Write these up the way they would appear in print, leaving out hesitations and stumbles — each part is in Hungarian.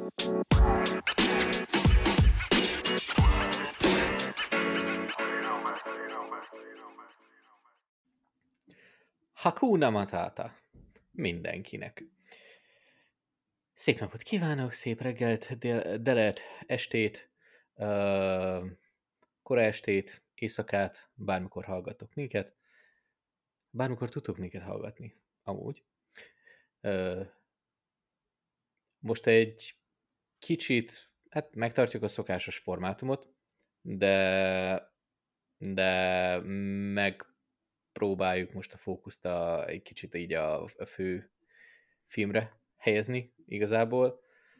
Hakuna Matata mindenkinek. Szép napot kívánok, szép reggelt, delet, estét, kora estét, éjszakát, bármikor hallgatok minket. Bármikor tudtok minket hallgatni, amúgy. Most egy kicsit, hát megtartjuk a szokásos formátumot, de megpróbáljuk most a fókuszt egy kicsit így a fő filmre helyezni igazából.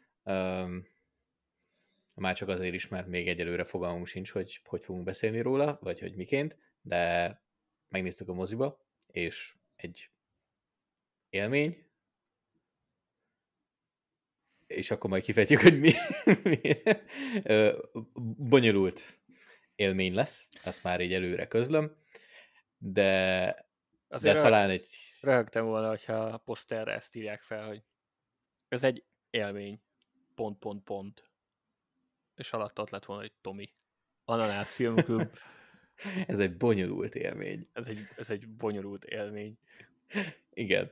Már csak azért is, mert még egyelőre fogalmunk sincs, hogy fogunk beszélni róla, vagy hogy miként, de megnéztük a moziba, és egy élmény, és akkor majd kifejtjük, hogy mi. Bonyolult élmény lesz, azt már így előre közlöm, de talán egy... Röhögtem volna, hogyha a poszterre ezt írják fel, hogy ez egy élmény, ... És alatt ott lett volna, hogy Tomi. Ananász Filmklub. Ez egy bonyolult élmény. Ez egy bonyolult élmény. Igen.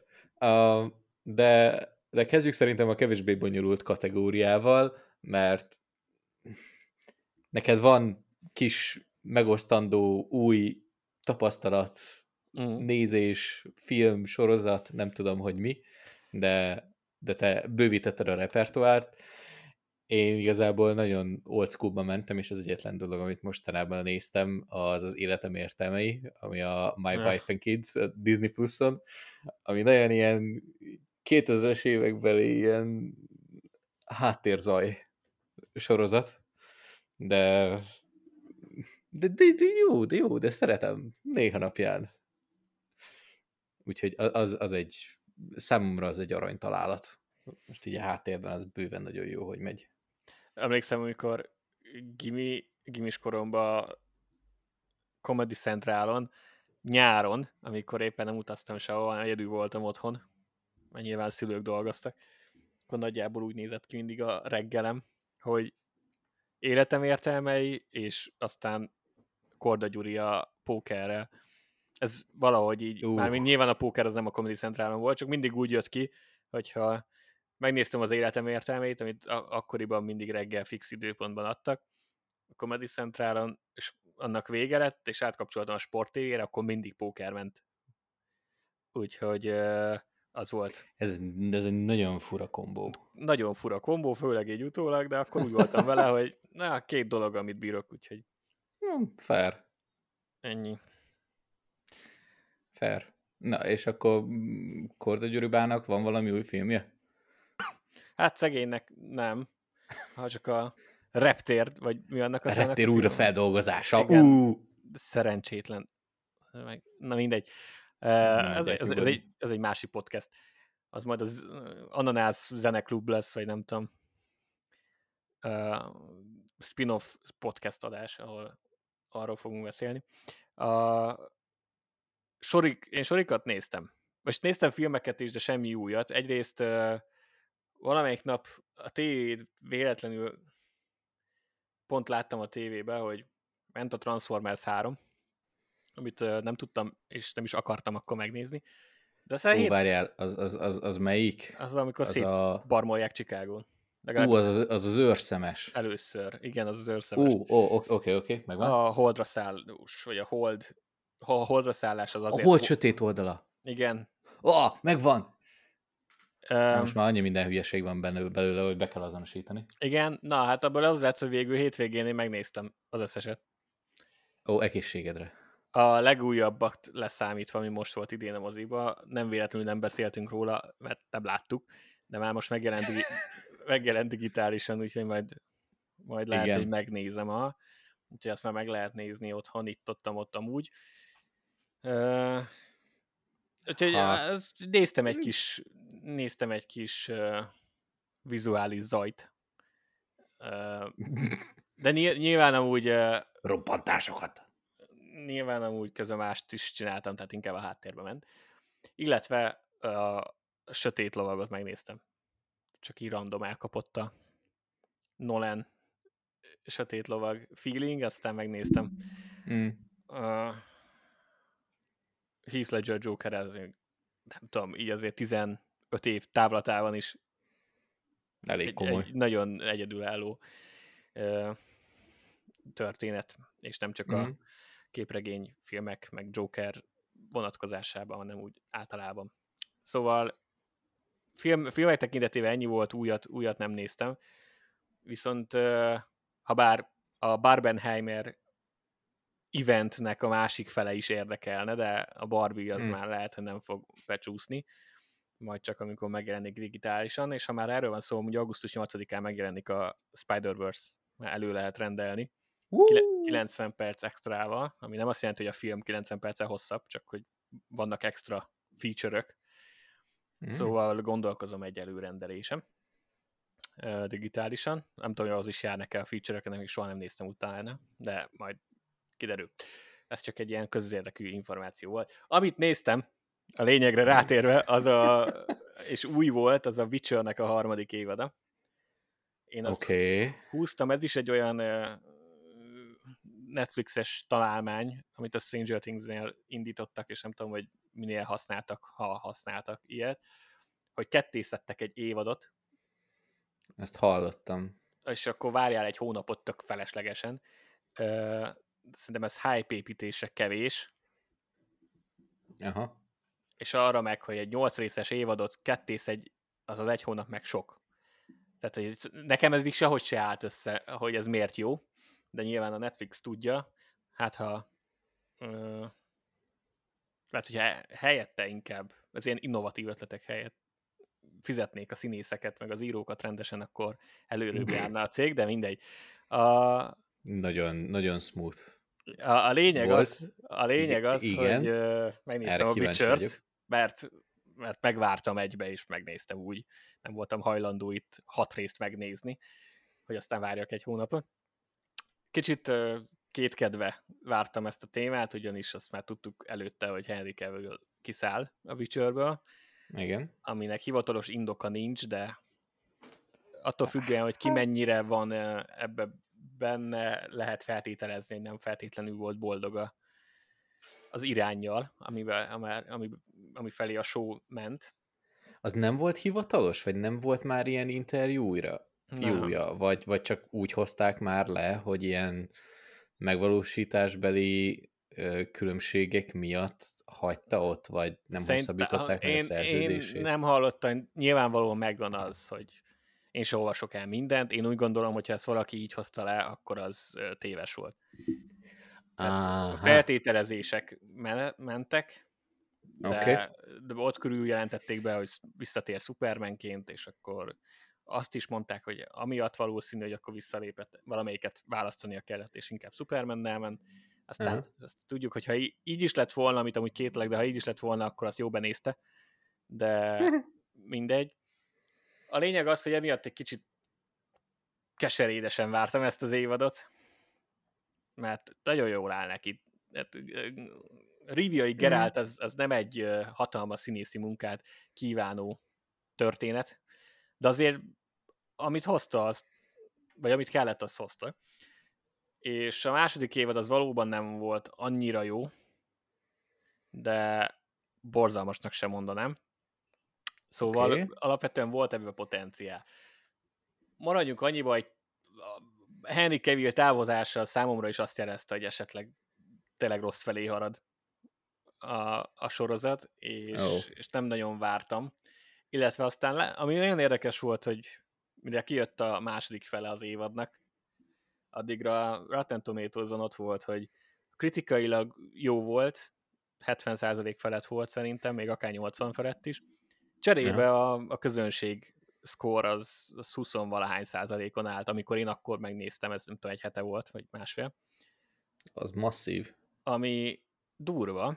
De kezdjük szerintem a kevésbé bonyolult kategóriával, mert neked van kis megosztandó új tapasztalat, nézés, film, sorozat, nem tudom, hogy mi, de te bővítetted a repertoárt. Én igazából nagyon old schoolba mentem, és az egyetlen dolog, amit mostanában néztem, az Életem értelmei, ami a My Wife and Kids a Disney Pluson, ami nagyon ilyen 2000-es évekbeli ilyen háttérzaj sorozat, de jó, de szeretem néha napján. Úgyhogy az egy, számomra az egy aranytalálat. Most így a háttérben az bőven nagyon jó, hogy megy. Emlékszem, amikor gimis koromban Comedy Centralon, nyáron, amikor éppen nem utaztam sehova, egyedül voltam otthon, mert nyilván szülők dolgoztak, akkor nagyjából úgy nézett ki mindig a reggelem, hogy Életem értelmei, és aztán Korda Gyuri a pókerrel. Ez valahogy így, mármint nyilván a póker az nem a Comedy Centralon volt, csak mindig úgy jött ki, hogyha megnéztem az Életem értelmeit, amit akkoriban mindig reggel fix időpontban adtak, a Comedy Centralon, és annak vége lett, és átkapcsoltam a Sport TV-re, akkor mindig póker ment. Úgyhogy az volt. Ez egy nagyon fura kombó. Nagyon fura kombó, főleg így utólag, de akkor úgy voltam vele, hogy két dolog, amit bírok, úgyhogy... Fair. Ennyi. Fair. Na, és akkor Korda Gyuribának van valami új filmje? Hát szegénynek nem. Ha csak a Reptér, vagy mi annak a Reptér újra feldolgozása. Szerencsétlen. Na mindegy. Ez egy másik podcast. Az majd az Ananász Zeneklub lesz, vagy nem tudom. Spin-off podcast adás, ahol arról fogunk beszélni. Én sorikat néztem. Most néztem filmeket is, de semmi újat. Egyrészt valamelyik nap a tévét véletlenül pont láttam a tévébe, hogy ment a Transformers 3, amit nem tudtam, és nem is akartam akkor megnézni. De várjál, az melyik? Az, amikor barmolják Chicagón. Az őrszemes. Először. Igen, az őrszemes. Oké, megvan. A holdra szállós, vagy a holdra szállás az azért... A hold sötét oldala. Igen. Megvan! Most már annyi minden hülyeség van belőle, hogy be kell azonosítani. Igen, na hát abból az lett, hogy végül hétvégén én megnéztem az összeset. Egészségedre. A legújabbat leszámítva, ami most volt idén a moziba, nem véletlenül nem beszéltünk róla, mert nem láttuk, de már most megjelent digitálisan, úgyhogy majd lehet, igen, hogy megnézem. Úgyhogy azt már meg lehet nézni otthon, ott amúgy. Úgyhogy néztem egy kis vizuális zajt. De nyilván amúgy... robbantásokat. Nyilván amúgy közben mást is csináltam, tehát inkább a háttérbe ment. Illetve a Sötét Lovagot megnéztem. Csak így random elkapott a Nolan sötét lovag feeling, aztán megnéztem. Heath Ledger Joker, nem tudom, így azért 15 év távlatában is elég komoly. egy nagyon egyedülálló történet, és nem csak a képregény filmek, meg Joker vonatkozásában, hanem úgy általában. Szóval filmek tekintetében ennyi volt, újat nem néztem, viszont ha bár a Barbenheimer eventnek a másik fele is érdekelne, de a Barbie az már lehet, hogy nem fog becsúszni, majd csak amikor megjelenik digitálisan, és ha már erről van szó, hogy augusztus 8-án megjelenik a Spider-Verse, már elő lehet rendelni, 90 perc extrával, ami nem azt jelenti, hogy a film 90 perccel hosszabb, csak hogy vannak extra feature-ök. Szóval gondolkozom egy előrendelésem digitálisan. Nem tudom, hogy az is járnak-e a feature-ök, ennek soha nem néztem utána, de majd kiderül. Ez csak egy ilyen közérdekű információ volt. Amit néztem, a lényegre rátérve, és új volt, az a Witchernek a 3. évada. Én azt húztam, ez is egy olyan Netflixes találmány, amit a Stranger Things-nél indítottak, és nem tudom, hogy minél használtak, ha használtak ilyet, hogy kettészedtek egy évadot. Ezt hallottam. És akkor várjál egy hónapot tök feleslegesen. Szerintem ez hype építésre kevés. Aha. És arra meg, hogy egy 8 részes évadot kettész az egy hónap meg sok. Tehát nekem ez is sehogy se állt össze, hogy ez miért jó, de nyilván a Netflix tudja, hát ha lehet, hogyha helyette inkább, az ilyen innovatív ötletek helyett fizetnék a színészeket, meg az írókat rendesen, akkor előrébb járna a cég, de mindegy. Nagyon, nagyon smooth. A lényeg az, igen. Hogy megnéztem erre a Witcher-t, mert megvártam egybe, és megnéztem úgy. Nem voltam hajlandó itt 6 részt megnézni, hogy aztán várjak egy hónapot. Kicsit kétkedve vártam ezt a témát, ugyanis azt már tudtuk előtte, hogy Henry Cavill kiszáll a Witcherből. Igen. Aminek hivatalos indoka nincs, de attól függően, hogy ki mennyire van ebbe benne, lehet feltételezni, hogy nem feltétlenül volt boldoga az iránnyal, ami felé a show ment. Az nem volt hivatalos? Vagy nem volt már ilyen interjúja? Vagy csak úgy hozták már le, hogy ilyen megvalósításbeli különbségek miatt hagyta ott, vagy nem hosszabbították meg a szerződését? Én nem hallottam, nyilvánvalóan megvan az, hogy én se olvasok el mindent, én úgy gondolom, hogy ha ezt valaki így hozta le, akkor az téves volt. A feltételezések mentek, de ott körül jelentették be, hogy visszatér Supermanként, és akkor azt is mondták, hogy amiatt valószínű, hogy akkor visszalépett, valamelyiket választania kellett, és inkább Supermannel ment. Aztán azt tudjuk, hogy ha így is lett volna, amit amúgy kétlek, de ha így is lett volna, akkor azt jó benézte. De mindegy. A lényeg az, hogy emiatt egy kicsit keserédesen vártam ezt az évadot, mert nagyon jól áll neki. Riviai Geralt az nem egy hatalmas színészi munkát kívánó történet, de azért amit hozta, vagy amit kellett, azt hozta. És a második évad az valóban nem volt annyira jó, de borzalmasnak sem mondanám. Szóval alapvetően volt ebből a potenciál. Maradjunk annyiba, hogy Henry Cavill távozása számomra is azt jelezte, hogy esetleg tényleg rossz felé harad a sorozat, és nem nagyon vártam. Illetve aztán, ami nagyon érdekes volt, hogy mire kijött a második fele az évadnak, addigra Rotten Tomatoes-on ott volt, hogy kritikailag jó volt, 70% felett volt szerintem, még akár 80 felett is. Cserébe a közönség score az 20-valahány százalékon állt, amikor én akkor megnéztem, ez nem tudom, egy hete volt, vagy másfél. Az masszív. Ami durva.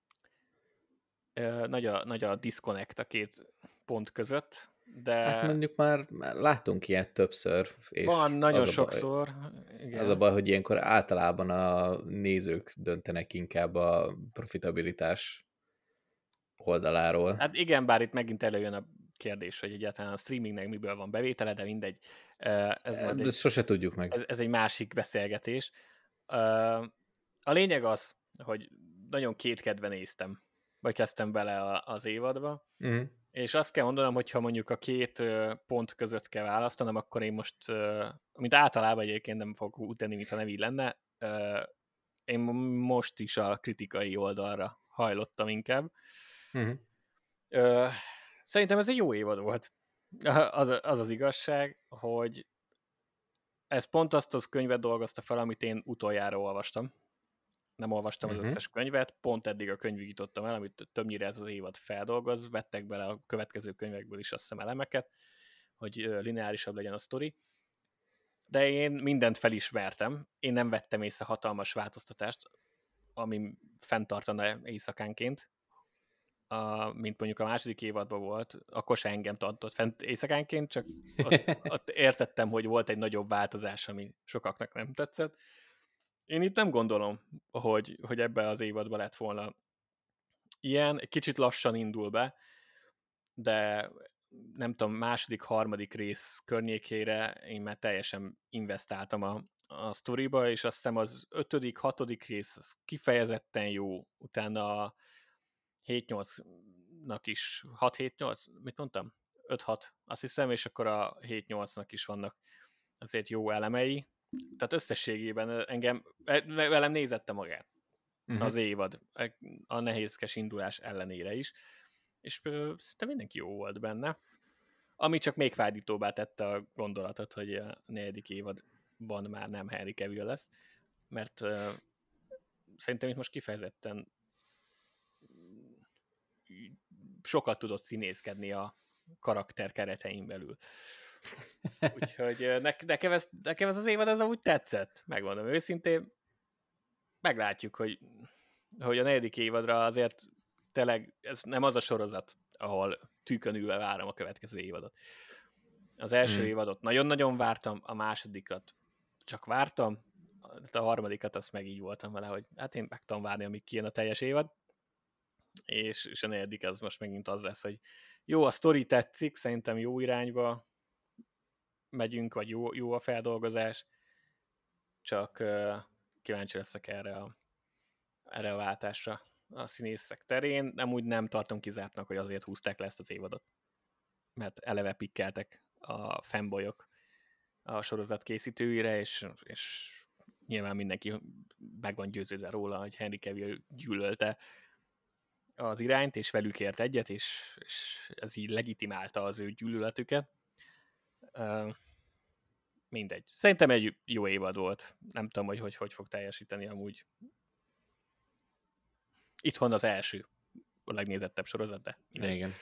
Nagy a disconnect a két pont között, de... Hát mondjuk már láttunk ilyet többször. És van, nagyon sokszor. Igen. Az a baj, hogy ilyenkor általában a nézők döntenek inkább a profitabilitás oldaláról. Hát igen, bár itt megint előjön a kérdés, hogy egyáltalán a streamingnek miből van bevétele, de mindegy. Ez majd Ezt sose tudjuk meg. ez egy másik beszélgetés. A lényeg az, hogy nagyon kétkedve néztem, vagy kezdtem bele az évadba, és azt kell mondanom, hogy ha mondjuk a két pont között kell választanom, akkor én most, mint általában egyébként nem fogok úgy tenni, mintha nem így lenne, én most is a kritikai oldalra hajlottam inkább. Szerintem ez egy jó évad volt. Az igazság, hogy ez pont azt az könyvet dolgozta fel, amit én utoljára olvastam. Nem olvastam az összes könyvet, pont eddig a könyvig jutottam el, amit többnyire ez az évad feldolgoz, vettek bele a következő könyvekből is azt hiszem elemeket, hogy lineárisabb legyen a sztori. De én mindent felismertem, én nem vettem észre hatalmas változtatást, ami fenntartana éjszakánként, mint mondjuk a második évadban volt, akkor se engem tartott fent éjszakánként, csak ott értettem, hogy volt egy nagyobb változás, ami sokaknak nem tetszett. Én itt nem gondolom, hogy ebben az évadban lett volna ilyen, egy kicsit lassan indul be, de nem tudom, második, harmadik rész környékére én már teljesen investáltam a sztoriba, és azt hiszem az 5., 6. rész az kifejezetten jó, utána a 7-8-nak is, 6-7-8, mit mondtam? 5-6, azt hiszem, és akkor a 7-8-nak is vannak azért jó elemei. Tehát összességében engem, velem nézette magát az évad, a nehézkes indulás ellenére is, és szinte mindenki jó volt benne. Ami csak még fájdítóbbá tette a gondolatot, hogy a 4. évadban már nem Henry Cavill lesz, mert szerintem itt most kifejezetten sokat tudott színészkedni a karakter keretein belül. Úgyhogy nekem ez az évad ez amúgy tetszett, megmondom őszintén. Meglátjuk, hogy a 4. évadra azért tényleg ez nem az a sorozat, ahol tűkön ülve várom a következő évadot. Az első évadot nagyon-nagyon vártam, a másodikat csak vártam, a harmadikat azt meg így voltam vele, hogy hát én meg tudom várni, amíg kijön a teljes évad, és a 4. az most megint az lesz, hogy jó, a sztori tetszik, szerintem jó irányba megyünk, vagy jó a feldolgozás, csak kíváncsi leszek erre a váltásra a színészek terén. Nem úgy nem tartom kizártnak, hogy azért húzták le ezt az évadot, mert eleve pikkeltek a fanboyok a sorozat készítőire, és nyilván mindenki meg van győződve róla, hogy Henry Cavill gyűlölte az irányt, és velük ért egyet, és ez így legitimálta az ő gyűlöletüket. Mindegy. Szerintem egy jó évad volt. Nem tudom, hogy fog teljesíteni amúgy. Itthon az első, a legnézettebb sorozat, de mindegy. Igen.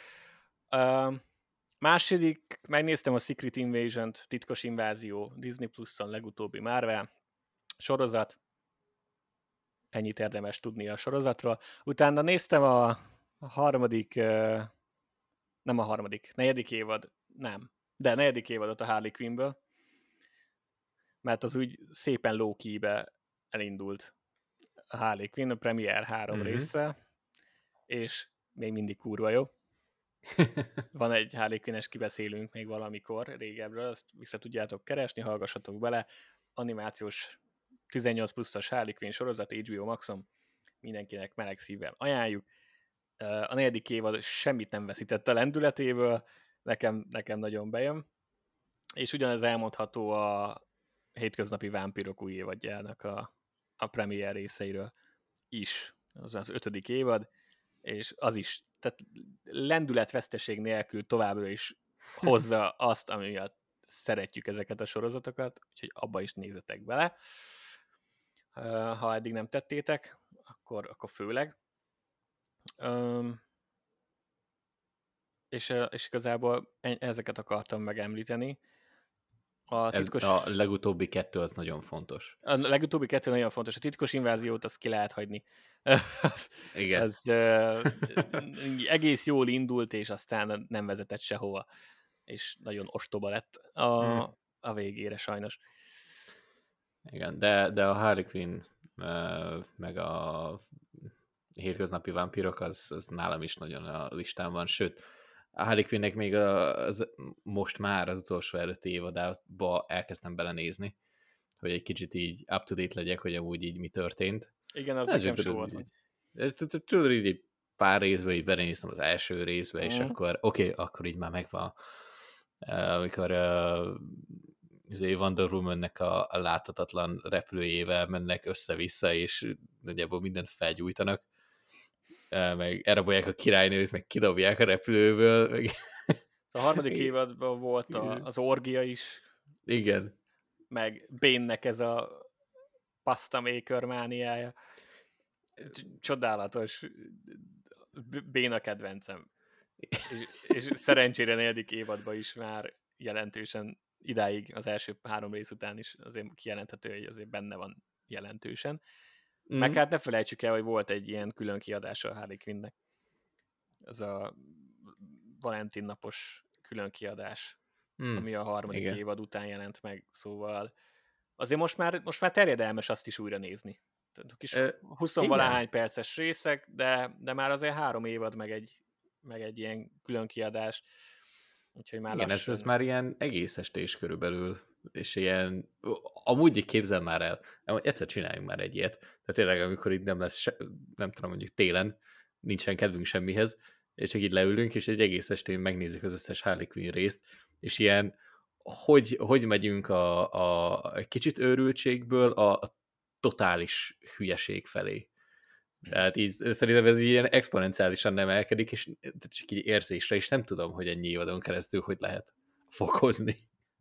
Második, megnéztem a Secret Invasion-t, Titkos Invázió, Disney Plus-on legutóbbi Marvel sorozat. Ennyit érdemes tudni a sorozatról. Utána néztem a harmadik, nem a harmadik, 4. évad, nem, de 4. évadot a Harley Quinnből, mert az úgy szépen low-key-be elindult a Harley Quinn, a Premiere 3 része, és még mindig kurva jó. Van egy Harley Quinn-es kibeszélünk még valamikor régebről, azt vissza tudjátok keresni, hallgassatok bele. Animációs 18 pluszos Harley Quinn sorozat HBO Maxon, mindenkinek meleg szívvel ajánljuk. A 4. évad semmit nem veszített a lendületéből, nekem nagyon bejön, és ugyanez elmondható a Hétköznapi vámpírok új évadjának a premier részeiről is. Az 5. évad, és az is, tehát lendületveszteség nélkül továbbra is hozza azt, ami miatt szeretjük ezeket a sorozatokat, úgyhogy abba is nézzetek bele. Ha eddig nem tettétek, akkor főleg. És igazából ezeket akartam megemlíteni. A legutóbbi 2 az nagyon fontos. A legutóbbi 2 nagyon fontos. A Titkos Inváziót azt ki lehet hagyni. Igen. Ez egész jól indult, és aztán nem vezetett sehova. És nagyon ostoba lett a végére sajnos. Igen, de a Harley Quinn meg a Hétköznapi vámpírok az nálam is nagyon a listán van, sőt, a Harley Quinn-nek még most már az utolsó előtti évadába elkezdtem belenézni, hogy egy kicsit így up-to-date legyek, hogy amúgy így mi történt. Igen, az nekem sem volt. Tudod, így pár részben így belenéztem az első részbe, és akkor akkor így már megvan. Amikor Wonder Woman-nek a láthatatlan repülőjével mennek össze-vissza, és nagyjából mindent felgyújtanak, meg elrabolják a királynőt, meg kidobják a repülőből. Meg... A harmadik évadban volt az orgia is. Igen. Meg Bane-nek ez a pasta maker mániája. Csodálatos. Bane a kedvencem. És szerencsére 4. évadban is már jelentősen idáig, az első 3 rész után is azért kijelenthető, hogy azért benne van jelentősen. Meg hát ne felejtsük el, hogy volt egy ilyen külön kiadása a Harley Quinnnek. Az a Valentin napos külön kiadás, ami a 3. évad után jelent meg, szóval azért most már terjedelmes azt is újra nézni. Tehát kis 20-valahány perces részek, de már azért 3 évad, meg egy ilyen külön kiadás. Úgyhogy már igen, lassan... ez már ilyen egész estés körülbelül, és ilyen, amúgy így képzel már el, egyszer csináljunk már egy ilyet, tehát tényleg amikor itt nem lesz, nem tudom, mondjuk télen, nincsen kedvünk semmihez, és csak így leülünk, és egy egész estén megnézzük az összes Harley Quinn részt, és ilyen, hogy megyünk a kicsit őrültségből a totális hülyeség felé. Tehát így, szerintem ez ilyen exponenciálisan emelkedik, és csak így érzésre is nem tudom, hogy ennyi évadon keresztül hogy lehet fokozni.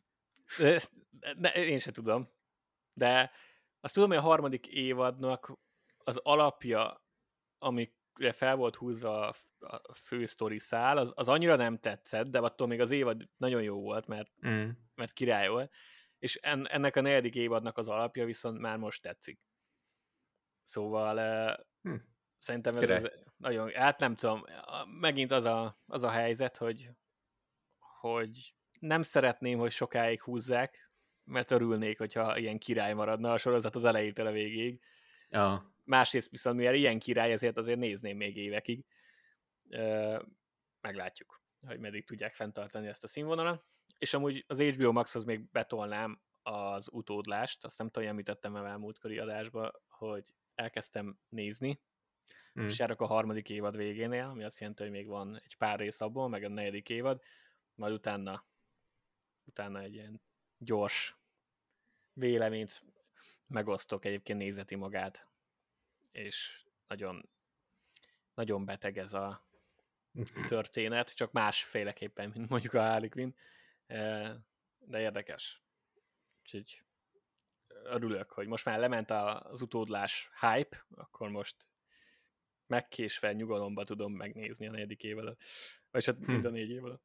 Én sem tudom, de azt tudom, hogy a 3. évadnak az alapja, amikre fel volt húzva a fő sztori szál, az annyira nem tetszett, de attól még az évad nagyon jó volt, mert király volt, és ennek a 4. évadnak az alapja viszont már most tetszik. Szóval szerintem ez nagyon, hát nem tudom, megint az a helyzet, hogy nem szeretném, hogy sokáig húzzák, mert örülnék, hogyha ilyen király maradna a sorozat az elejétől a végéig. Másrészt viszont, mivel ilyen király, ezért azért nézném még évekig. Meglátjuk, hogy meddig tudják fenntartani ezt a színvonalat. És amúgy az HBO Maxhoz még betolnám az utódlást, azt nem tudom, hogy említettem el múltkori adásban, hogy elkezdtem nézni, és járok a 3. évad végénél, ami azt jelenti, hogy még van egy pár rész abból, meg a 4. évad, majd utána egy ilyen gyors véleményt megosztok, egyébként nézeti magát, és nagyon, nagyon beteg ez a történet, csak másféleképpen, mint mondjuk a Harley Quinn, de érdekes. Úgyhogy örülök, hogy most már lement az utódlás hype, akkor most megkésve nyugalomba tudom megnézni a 4. évadat, vagy hát mind a 4 évadat.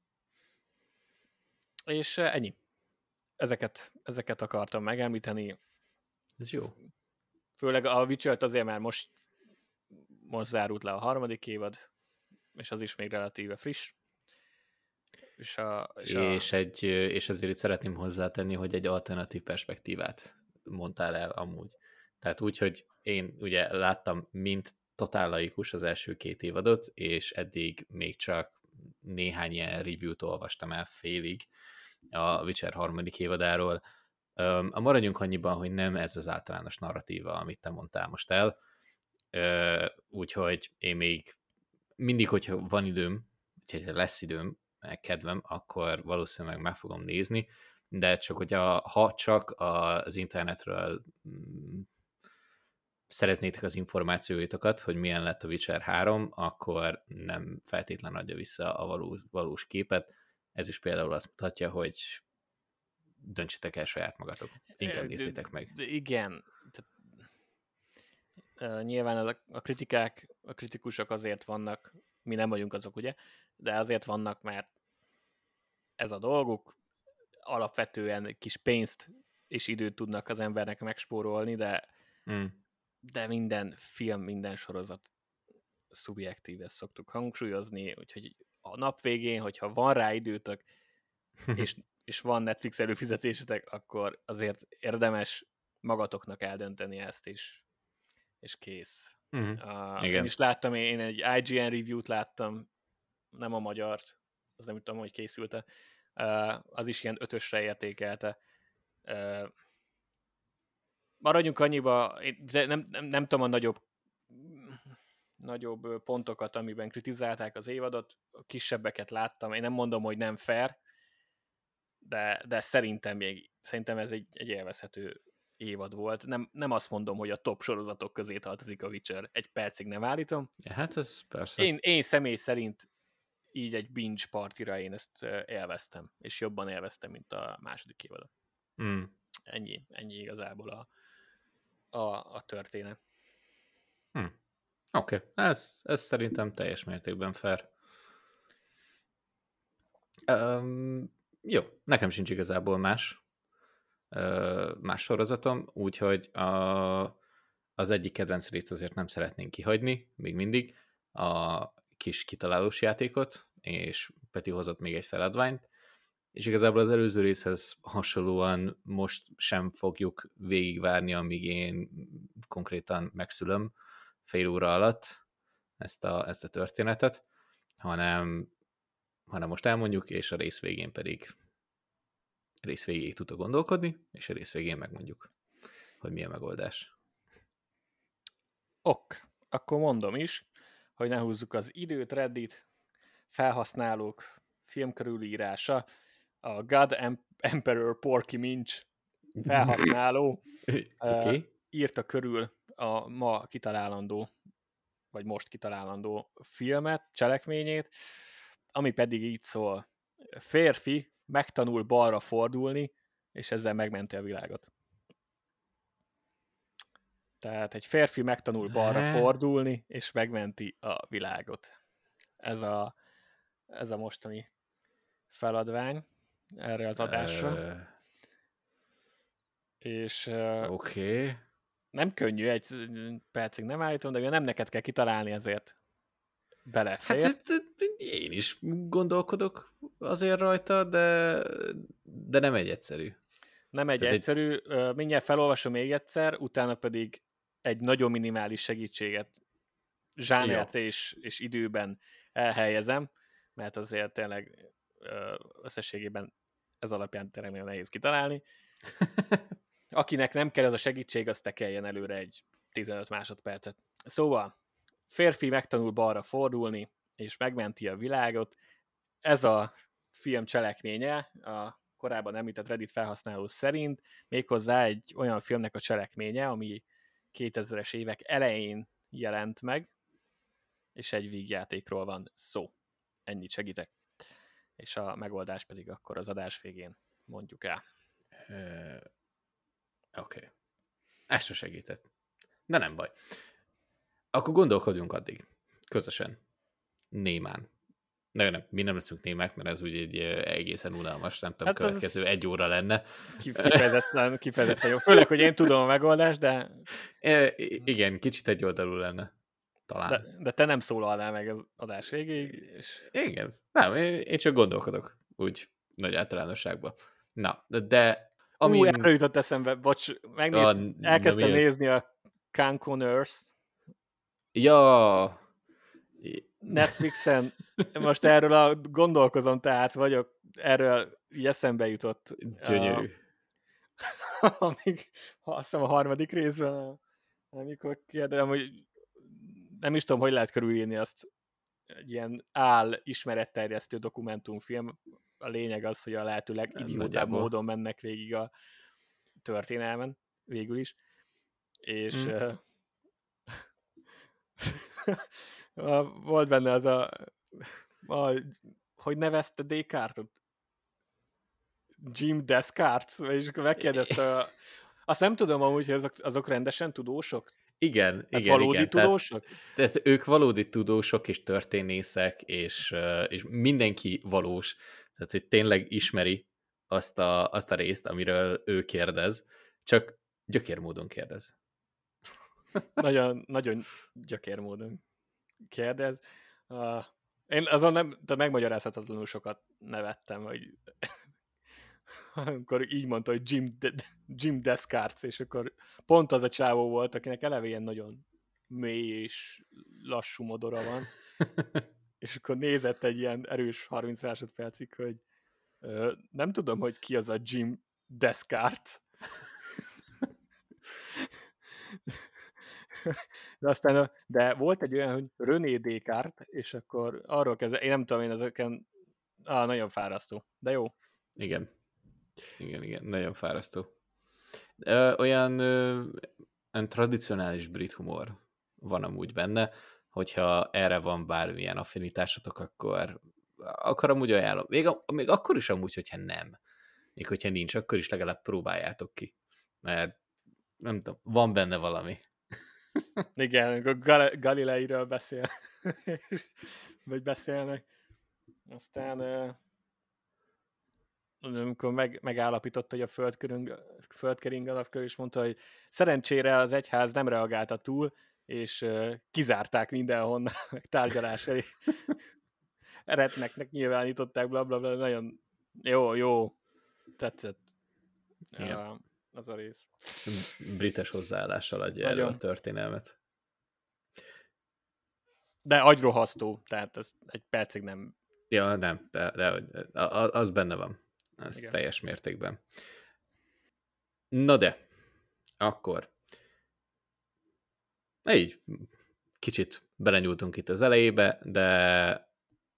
És ennyi. Ezeket akartam megemlíteni. Ez jó. Főleg a Witcher-t azért már most zárult le a 3. évad, és az is még relatíve friss. És azért itt szeretném hozzátenni, hogy egy alternatív perspektívát mondtál el amúgy. Tehát úgy, hogy én ugye láttam mint totál laikus az első 2 évadot, és eddig még csak néhány ilyen review-t olvastam el félig a Witcher 3. évadáról. Maradjunk annyiban, hogy nem ez az általános narratíva, amit te mondtál most el. Úgyhogy én még mindig, hogyha van időm, hogyha lesz időm, meg kedvem, akkor valószínűleg meg fogom nézni, de csak ha csak az internetről szereznétek az információitokat, hogy milyen lett a Witcher 3, akkor nem feltétlenül adja vissza a valós képet. Ez is például azt mutatja, hogy döntsetek el saját magatok. Inkább nézzétek meg. Igen. Nyilván a kritikusok azért vannak, mi nem vagyunk azok, ugye, de azért vannak, mert ez a dolguk, alapvetően kis pénzt és időt tudnak az embernek megspórolni, de minden film, minden sorozat szubjektív, ezt szoktuk hangsúlyozni, úgyhogy a nap végén, hogyha van rá időtök, és van Netflix előfizetésetek, akkor azért érdemes magatoknak eldönteni ezt is, és kész. Én is láttam, én egy IGN review-t láttam, nem a magyart, az nem tudom, hogy készült-e, az is ilyen 5-ösre értékelte. Maradjunk annyiba, de nem tudom a nagyobb pontokat, amiben kritizálták az évadot, a kisebbeket láttam, én nem mondom, hogy nem fair, de szerintem ez egy élvezhető évad volt. Nem azt mondom, hogy a top sorozatok közé tartozik a Witcher, egy percig nem állítom. Ja, hát ez persze. Én személy szerint így egy binge partira én ezt élveztem, és jobban élveztem, mint a második évadot. Ennyi igazából a történet. Oké. Ez szerintem teljes mértékben fair. Jó, nekem sincs igazából más sorozatom, úgyhogy az egyik kedvenc részt azért nem szeretnénk kihagyni, még mindig, a kis kitalálós játékot, és Peti hozott még egy feladványt, és igazából az előző részhez hasonlóan most sem fogjuk végigvárni, amíg én konkrétan megszülöm fél óra alatt ezt a történetet, hanem most elmondjuk, és a rész végén pedig rész végéig tudok gondolkodni, és a rész végén megmondjuk, hogy mi a megoldás. Akkor mondom is, hogy ne húzzuk az időt, Reddit, felhasználók, filmkörülírása, a God Emperor Porky Minch felhasználó írta körül a ma kitalálandó, vagy most kitalálandó filmet, cselekményét, ami pedig így szól. Férfi megtanul balra fordulni, és ezzel megmenti a világot. Tehát egy férfi megtanul balra fordulni, és megmenti a világot. Ez a mostani feladvány erre az adásra. És Oké. Nem könnyű, egy percig nem állítom, de nem neked kell kitalálni, ezért belefér. Hát én is gondolkodok azért rajta, de nem egy egyszerű. Nem egy egyszerű, mindjárt felolvasom még egyszer, utána pedig egy nagyon minimális segítséget, zsánert és időben elhelyezem, mert azért tényleg összességében ez alapján tényleg nagyon nehéz kitalálni. Akinek nem kell ez a segítség, az tekeljen előre egy 15 másodpercet. Szóval, férfi megtanul balra fordulni, és megmenti a világot. Ez a film cselekménye a korábban említett Reddit felhasználó szerint, méghozzá egy olyan filmnek a cselekménye, ami 2000-es évek elején jelent meg, és egy vígjátékról van szó. Ennyit segítek. És a megoldás pedig akkor az adás végén mondjuk el. Oké. Ez se segített. De nem baj. Akkor gondolkodjunk addig. Közösen. Némán. Nem, mi nem leszünk némek, mert ez úgy egy egészen unalmas, nem tudom, következő 1 óra lenne. Kifejezetten jó. Főleg, hogy én tudom a megoldást, de... Igen, kicsit egyoldalú lenne. Talán. De te nem szólalnál meg az adás végéig, és... Igen. Nem, én csak gondolkodok. Úgy nagy általánosságban. Na, de... Erről jutott eszembe, bocs, elkezdtem nézni a Cancun Earth. Ja... Netflixen, most erről gondolkozom, tehát vagyok, erről így eszembe jutott. Gyönyörű. Amíg, azt hiszem a 3. részben, amikor kérdezem, hogy nem is tudom, hogy lehet körülírni azt, egy ilyen ismeretterjesztő dokumentumfilm. A lényeg az, hogy a lehető legidiótább módon mennek végig a történelmen, végül is. És volt benne az hogy nevezte Descartes-ot? Jim Descartes, és akkor megkérdezte, azt nem tudom amúgy, hogy azok rendesen tudósok? Igen, hát valódi tudósok? Tehát ők valódi tudósok és történészek, és mindenki valós, tehát hogy tényleg ismeri azt a részt, amiről ő kérdez, csak gyökérmódon kérdez. Nagyon, nagyon gyökérmódon kérdez. Én azon megmagyarázhatatlanul sokat nevettem, hogy amikor így mondta, hogy Jim Descartes, és akkor pont az a csávó volt, akinek eleve ilyen nagyon mély és lassú modora van, és akkor nézett egy ilyen erős 30 másodpercig, hogy nem tudom, hogy ki az a Jim Descartes. De volt egy olyan, hogy René Descartes, és akkor arról kezdve, én nem tudom, én ezeken nagyon fárasztó, de jó. Igen, nagyon fárasztó. Olyan tradicionális brit humor van amúgy benne, hogyha erre van bármilyen affinitásotok, akkor amúgy ajánlom. Még akkor is amúgy, hogyha nem. Még hogyha nincs, akkor is legalább próbáljátok ki. Mert nem tudom, van benne valami. Igen, Galileiről beszél. Vagy beszélnek. Aztán amikor megállapította, hogy a földkering alapkör is mondta, hogy szerencsére az egyház nem reagálta túl, és kizárták mindenhonnan, meg tárgyalásai. Eretneknek nyilvánították, blablabla, bla, bla, nagyon jó, tetszett. Az a rész. Brites hozzáállással adja elő a történelmet. De agyrohasztó, tehát ez egy percig nem... Ja, nem, de az benne van. Ez igen. Teljes mértékben. Na de, akkor így kicsit belenyúltunk itt az elejébe, de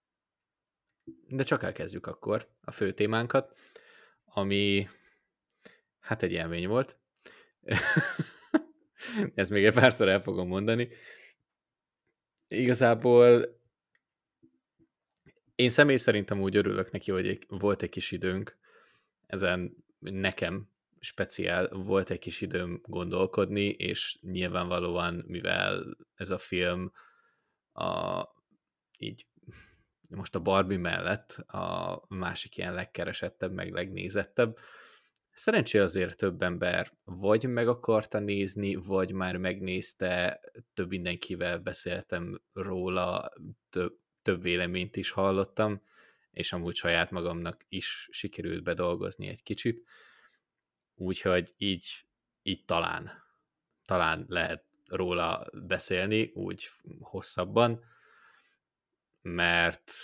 csak elkezdjük akkor a fő témánkat, ami hát egy élmény volt. Ezt még egy párszor el fogom mondani. Igazából én személy szerintem úgy örülök neki, hogy volt egy kis időnk, ezen nekem speciál volt egy kis időm gondolkodni, és nyilvánvalóan, mivel ez a film így most a Barbie mellett a másik ilyen legkeresettebb, meg legnézettebb, szerencsére azért több ember vagy meg akarta nézni, vagy már megnézte, több mindenkivel beszéltem róla, több véleményt is hallottam, és amúgy saját magamnak is sikerült bedolgozni egy kicsit. Úgyhogy így talán lehet róla beszélni, úgy hosszabban, mert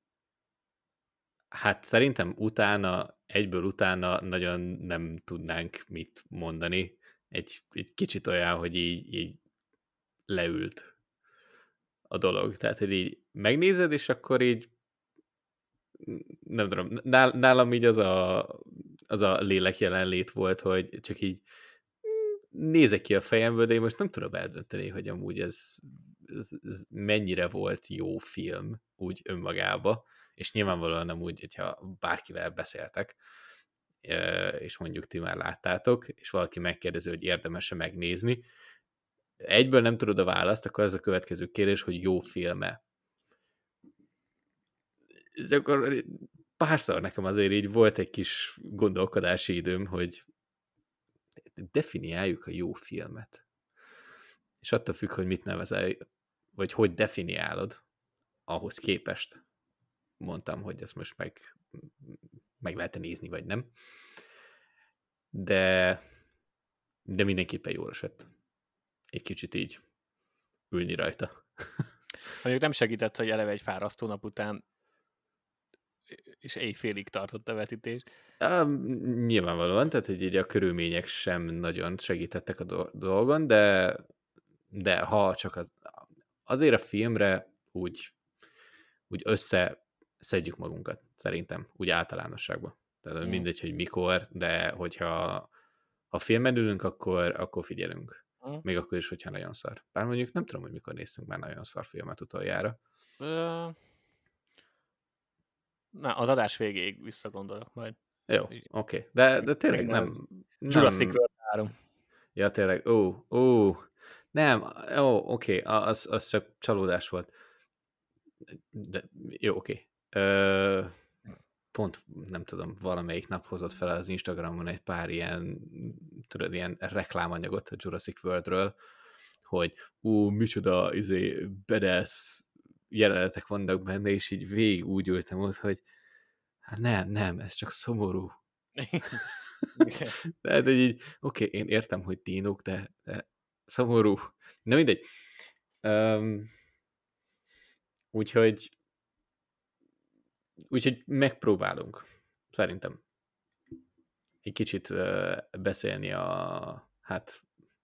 hát szerintem egyből utána nagyon nem tudnánk mit mondani. Egy kicsit olyan, hogy így leült a dolog. Tehát, hogy így megnézed, és akkor így nem tudom, nálam így az a lélek jelenlét volt, hogy csak így nézek ki a fejemből, de én most nem tudom eldönteni, hogy amúgy ez mennyire volt jó film úgy önmagába, és nyilvánvalóan nem úgy, hogyha bárkivel beszéltek, és mondjuk ti már láttátok, és valaki megkérdezi, hogy érdemes-e megnézni, egyből nem tudod a választ, akkor az a következő kérdés, hogy jó filme. És akkor párszor nekem azért így volt egy kis gondolkodási időm, hogy definiáljuk a jó filmet. És attól függ, hogy mit nevezel, vagy hogy definiálod, ahhoz képest mondtam, hogy ezt most meg lehet nézni, vagy nem. De mindenképpen jól esett. Egy kicsit így ülni rajta. Mondjuk nem segített, hogy eleve egy fárasztó nap után és éjfélig tartott a vetítés. Nyilvánvalóan, tehát hogy így a körülmények sem nagyon segítettek a dolgon, de ha csak azért a filmre úgy összeszedjük magunkat, szerintem, úgy általánosságban. Tehát mindegy, hogy mikor, de hogyha filmen ülünk, akkor figyelünk. Még akkor is, hogyha nagyon szar. Bár mondjuk nem tudom, hogy mikor néztünk már nagyon szar filmet utoljára. Na, az adás végéig visszagondolok majd. Jó, oké. De tényleg nem... Jurassic World 3. Ja, tényleg, nem, oké, az csak csalódás volt. De jó, oké. Pont, nem tudom, valamelyik nap hozott fel az Instagramon egy pár ilyen reklámanyagot a Jurassic Worldről, hogy micsoda badass jelenetek vannak benne, és így végig úgy ültem ott, hogy hát nem, ez csak szomorú. Tehát, hogy így, oké, én értem, hogy dinók, de szomorú. Na mindegy. Úgyhogy úgyhogy megpróbálunk, szerintem, egy kicsit beszélni hát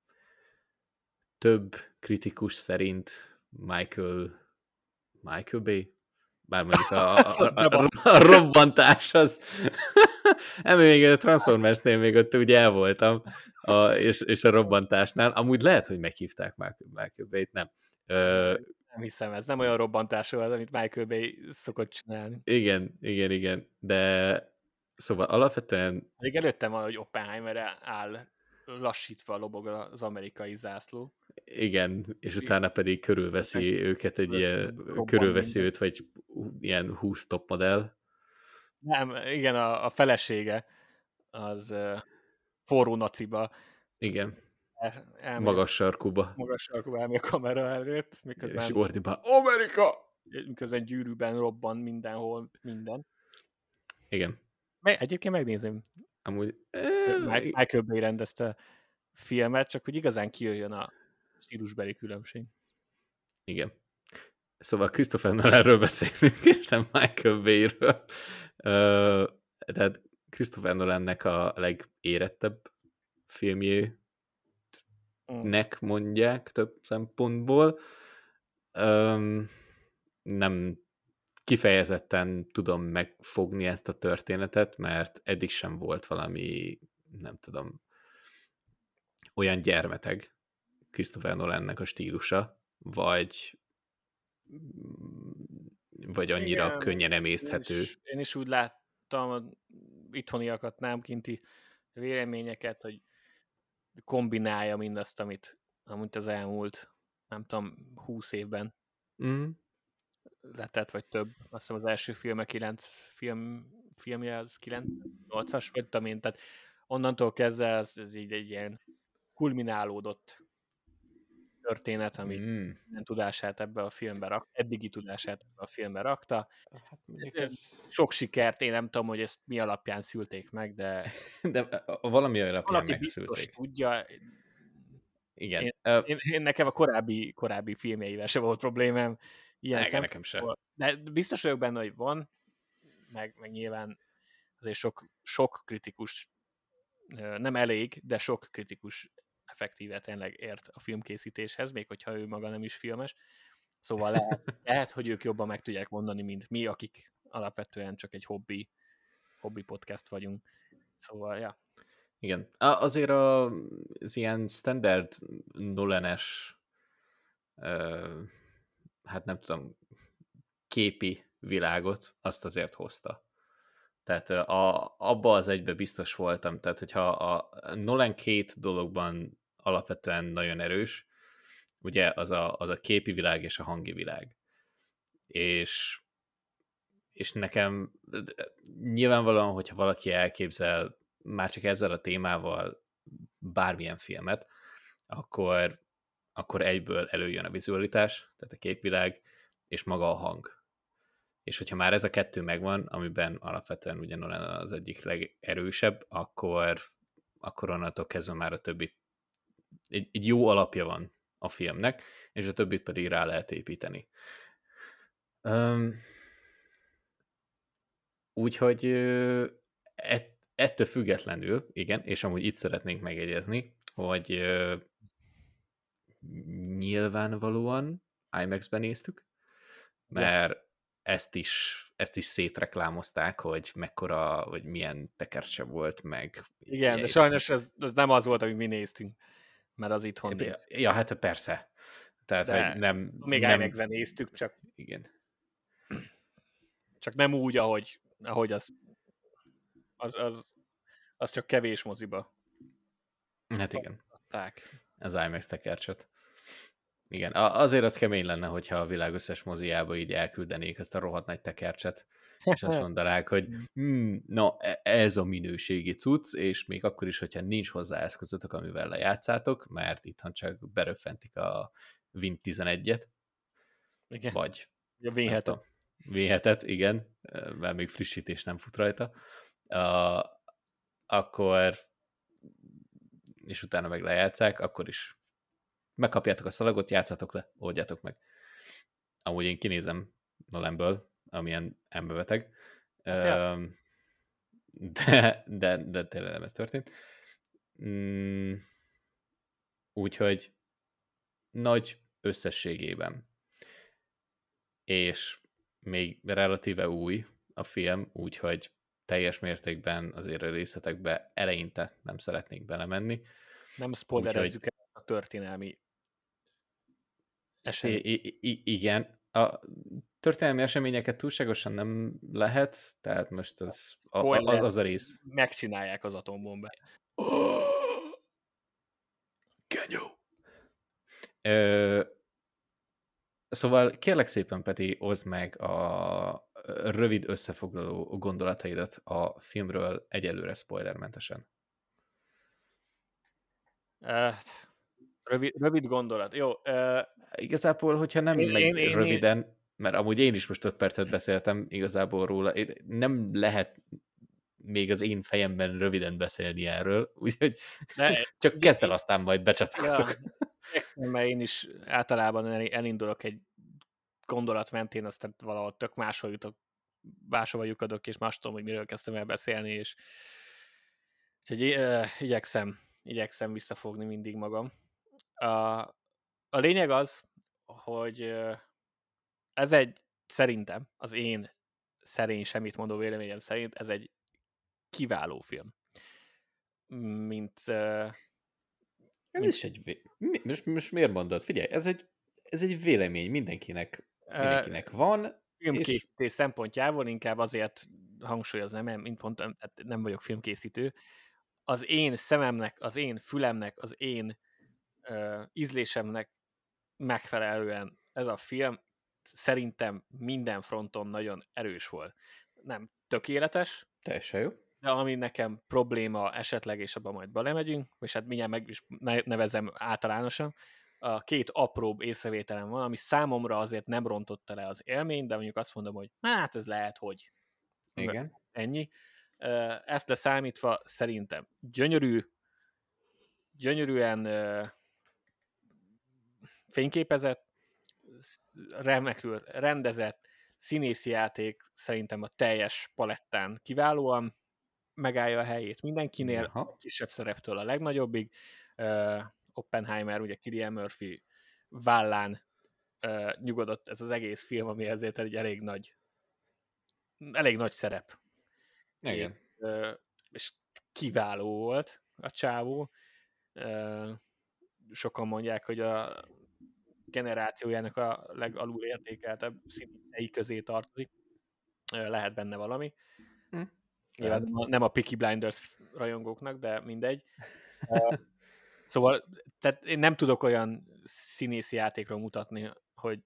több kritikus szerint Michael Bay? Bár mondjuk a robbantás az... még a Transformersnél még ott ugye el voltam, és a robbantásnál. Amúgy lehet, hogy meghívták Michael Bay-t, nem. Nem hiszem, ez nem olyan robbantás volt, amit Michael Bay szokott csinálni. Igen, de szóval alapvetően... Még előttem van, hogy Oppenheimer áll lassítva lobog az amerikai zászló. Igen, és utána pedig körülveszi őket egy ilyen, körülveszi őt, vagy ilyen 20 top modell. Nem, igen, a felesége az forró naciba. Igen. Magas sarkuba. Magas sarkuba elmegy a kamera előtt, miközben... És ordibál, Amerika! Miközben gyűrűben robban mindenhol, minden. Igen. Egyébként megnézem. Amúgy... Michael Bay rendezte filmet, csak hogy igazán kijöjjön a stílusbeli különbség. Igen. Szóval Christopher Nolanről beszélünk, és nem Michael Bay-ről. Tehát Christopher Nolannek a legérettebb filmjének mondják több szempontból. Nem kifejezetten tudom megfogni ezt a történetet, mert eddig sem volt valami, nem tudom, olyan gyermeteg Christopher Nolannek a stílusa, vagy annyira igen, könnyen emészthető. Én is úgy láttam a itthoniakat, nem kinti véleményeket, hogy kombinálja mindazt, amit az elmúlt, nem tudom, 20 évben letett, vagy több. Azt hiszem az első filmje az 9-8-as, vagy tudom én, tehát onnantól kezdve ez így egy ilyen kulminálódott történet, ami minden tudását ebbe a filmbe eddigi tudását ebbe a filmbe rakta. Hát sok sikert, én nem tudom, hogy ezt mi alapján szülték meg, de valami alapján valaki megszülték. Biztos tudja. Igen. Én nekem a korábbi filmjeivel sem volt problémám. Nekem sem. De biztos vagyok benne, hogy van, meg nyilván azért sok kritikus, nem elég, de sok kritikus effektíve tényleg ért a filmkészítéshez, még hogyha ő maga nem is filmes. Szóval lehet, hogy ők jobban meg tudják mondani, mint mi, akik alapvetően csak egy hobbi podcast vagyunk. Szóval, ja. Igen. Azért az ilyen standard Nolan-es hát nem tudom, képi világot, azt azért hozta. Tehát abba az egybe biztos voltam, tehát hogyha a Nolan két dologban alapvetően nagyon erős, ugye az a képi világ és a hangi világ. És nekem nyilvánvalóan, hogyha valaki elképzel már csak ezzel a témával bármilyen filmet, akkor egyből előjön a vizualitás, tehát a képvilág, és maga a hang. És hogyha már ez a kettő megvan, amiben alapvetően ugyanolyan az egyik legerősebb, akkor onnantól kezdve már a többi egy jó alapja van a filmnek, és a többit pedig rá lehet építeni. Úgyhogy ettől függetlenül, igen, és amúgy itt szeretnénk megjegyezni, hogy nyilvánvalóan IMAX-ben néztük, mert ezt is szétreklámozták, hogy mekkora, vagy milyen tekercse volt, meg... Igen, de sajnos ez nem az volt, amit mi néztünk, mert az itthon néz. Ja, hát persze. Tehát, hogy nem... Még IMAX-ben néztük, csak... Igen. Csak nem úgy, ahogy az csak kevés moziba. Hát igen. Adták. Az IMAX tekercset. Igen, azért az kemény lenne, hogyha a világ összes moziába így elküldenék ezt a rohadt nagy tekercset, és azt mondanák, hogy ez a minőségi cucc, és még akkor is, hogyha nincs hozzá eszközötök, amivel lejátszátok, mert itthon csak beröffentik a Win 11-et, igen. Vagy a V7-et. V7-et, igen, mert még frissítés nem fut rajta, akkor és utána meg lejátszák, akkor is megkapjátok a szalagot, játszatok le, oldjátok meg. Amúgy én kinézem Nolanből, amilyen emberbeteg, Hát ja. De tényleg nem ez történt. Úgyhogy nagy összességében. És még relatíve új a film, úgyhogy teljes mértékben azért a részletekbe eleinte nem szeretnék belemenni. Nem spoilerezzük el a történelmi esemény. Igen, a történelmi eseményeket túlságosan nem lehet, tehát most az a rész. Megcsinálják az atombombát. Genyó! Szóval kérlek szépen, Peti, oszd meg a rövid összefoglaló gondolataidat a filmről egyelőre spoilermentesen. Rövid gondolat. Jó. Igazából, hogyha nem megy röviden, mert amúgy én is most 5 percet beszéltem igazából róla, nem lehet még az én fejemben röviden beszélni erről, úgyhogy csak kezd el, aztán majd becsatlakozok. Ja, mert én is általában elindulok egy gondolat mentén, aztán valahol tök máshova lyukadok, és más tudom, hogy miről kezdtem el beszélni, és úgyhogy igyekszem visszafogni mindig magam. A lényeg az, hogy ez szerintem, az én szerény semmit mondó véleményem szerint, ez egy kiváló film. Is egy most miért mondod? Figyelj, ez egy vélemény, mindenkinek van. Filmkészítés szempontjából inkább azért hangsúlyoznám, mint mondtam, nem vagyok filmkészítő. Az én szememnek, az én fülemnek, az én ízlésemnek megfelelően ez a film szerintem minden fronton nagyon erős volt. Nem tökéletes. Teljesen jó. De ami nekem probléma esetleg, és abban majd belemegyünk, és hát mindjárt meg is nevezem általánosan, a két apróbb észrevételem van, ami számomra azért nem rontotta le az élményt, de mondjuk azt mondom, hogy hát ez lehet, hogy igen. Ennyi. Ezt leszámítva szerintem gyönyörűen fényképezett, remekül rendezett, színészi játék szerintem a teljes palettán kiválóan megállja a helyét mindenkinél, a kisebb szereptől a legnagyobbig. Oppenheimer, ugye Cillian Murphy vállán nyugodott ez az egész film, ami ezért egy elég nagy szerep. Igen. És kiváló volt a csávó. Sokan mondják, hogy a generációjának a legalul értékeltebb színészei közé tartozik. Lehet benne valami. Nem a Peaky Blinders rajongóknak, de mindegy. Szóval tehát én nem tudok olyan színészi játékról mutatni, hogy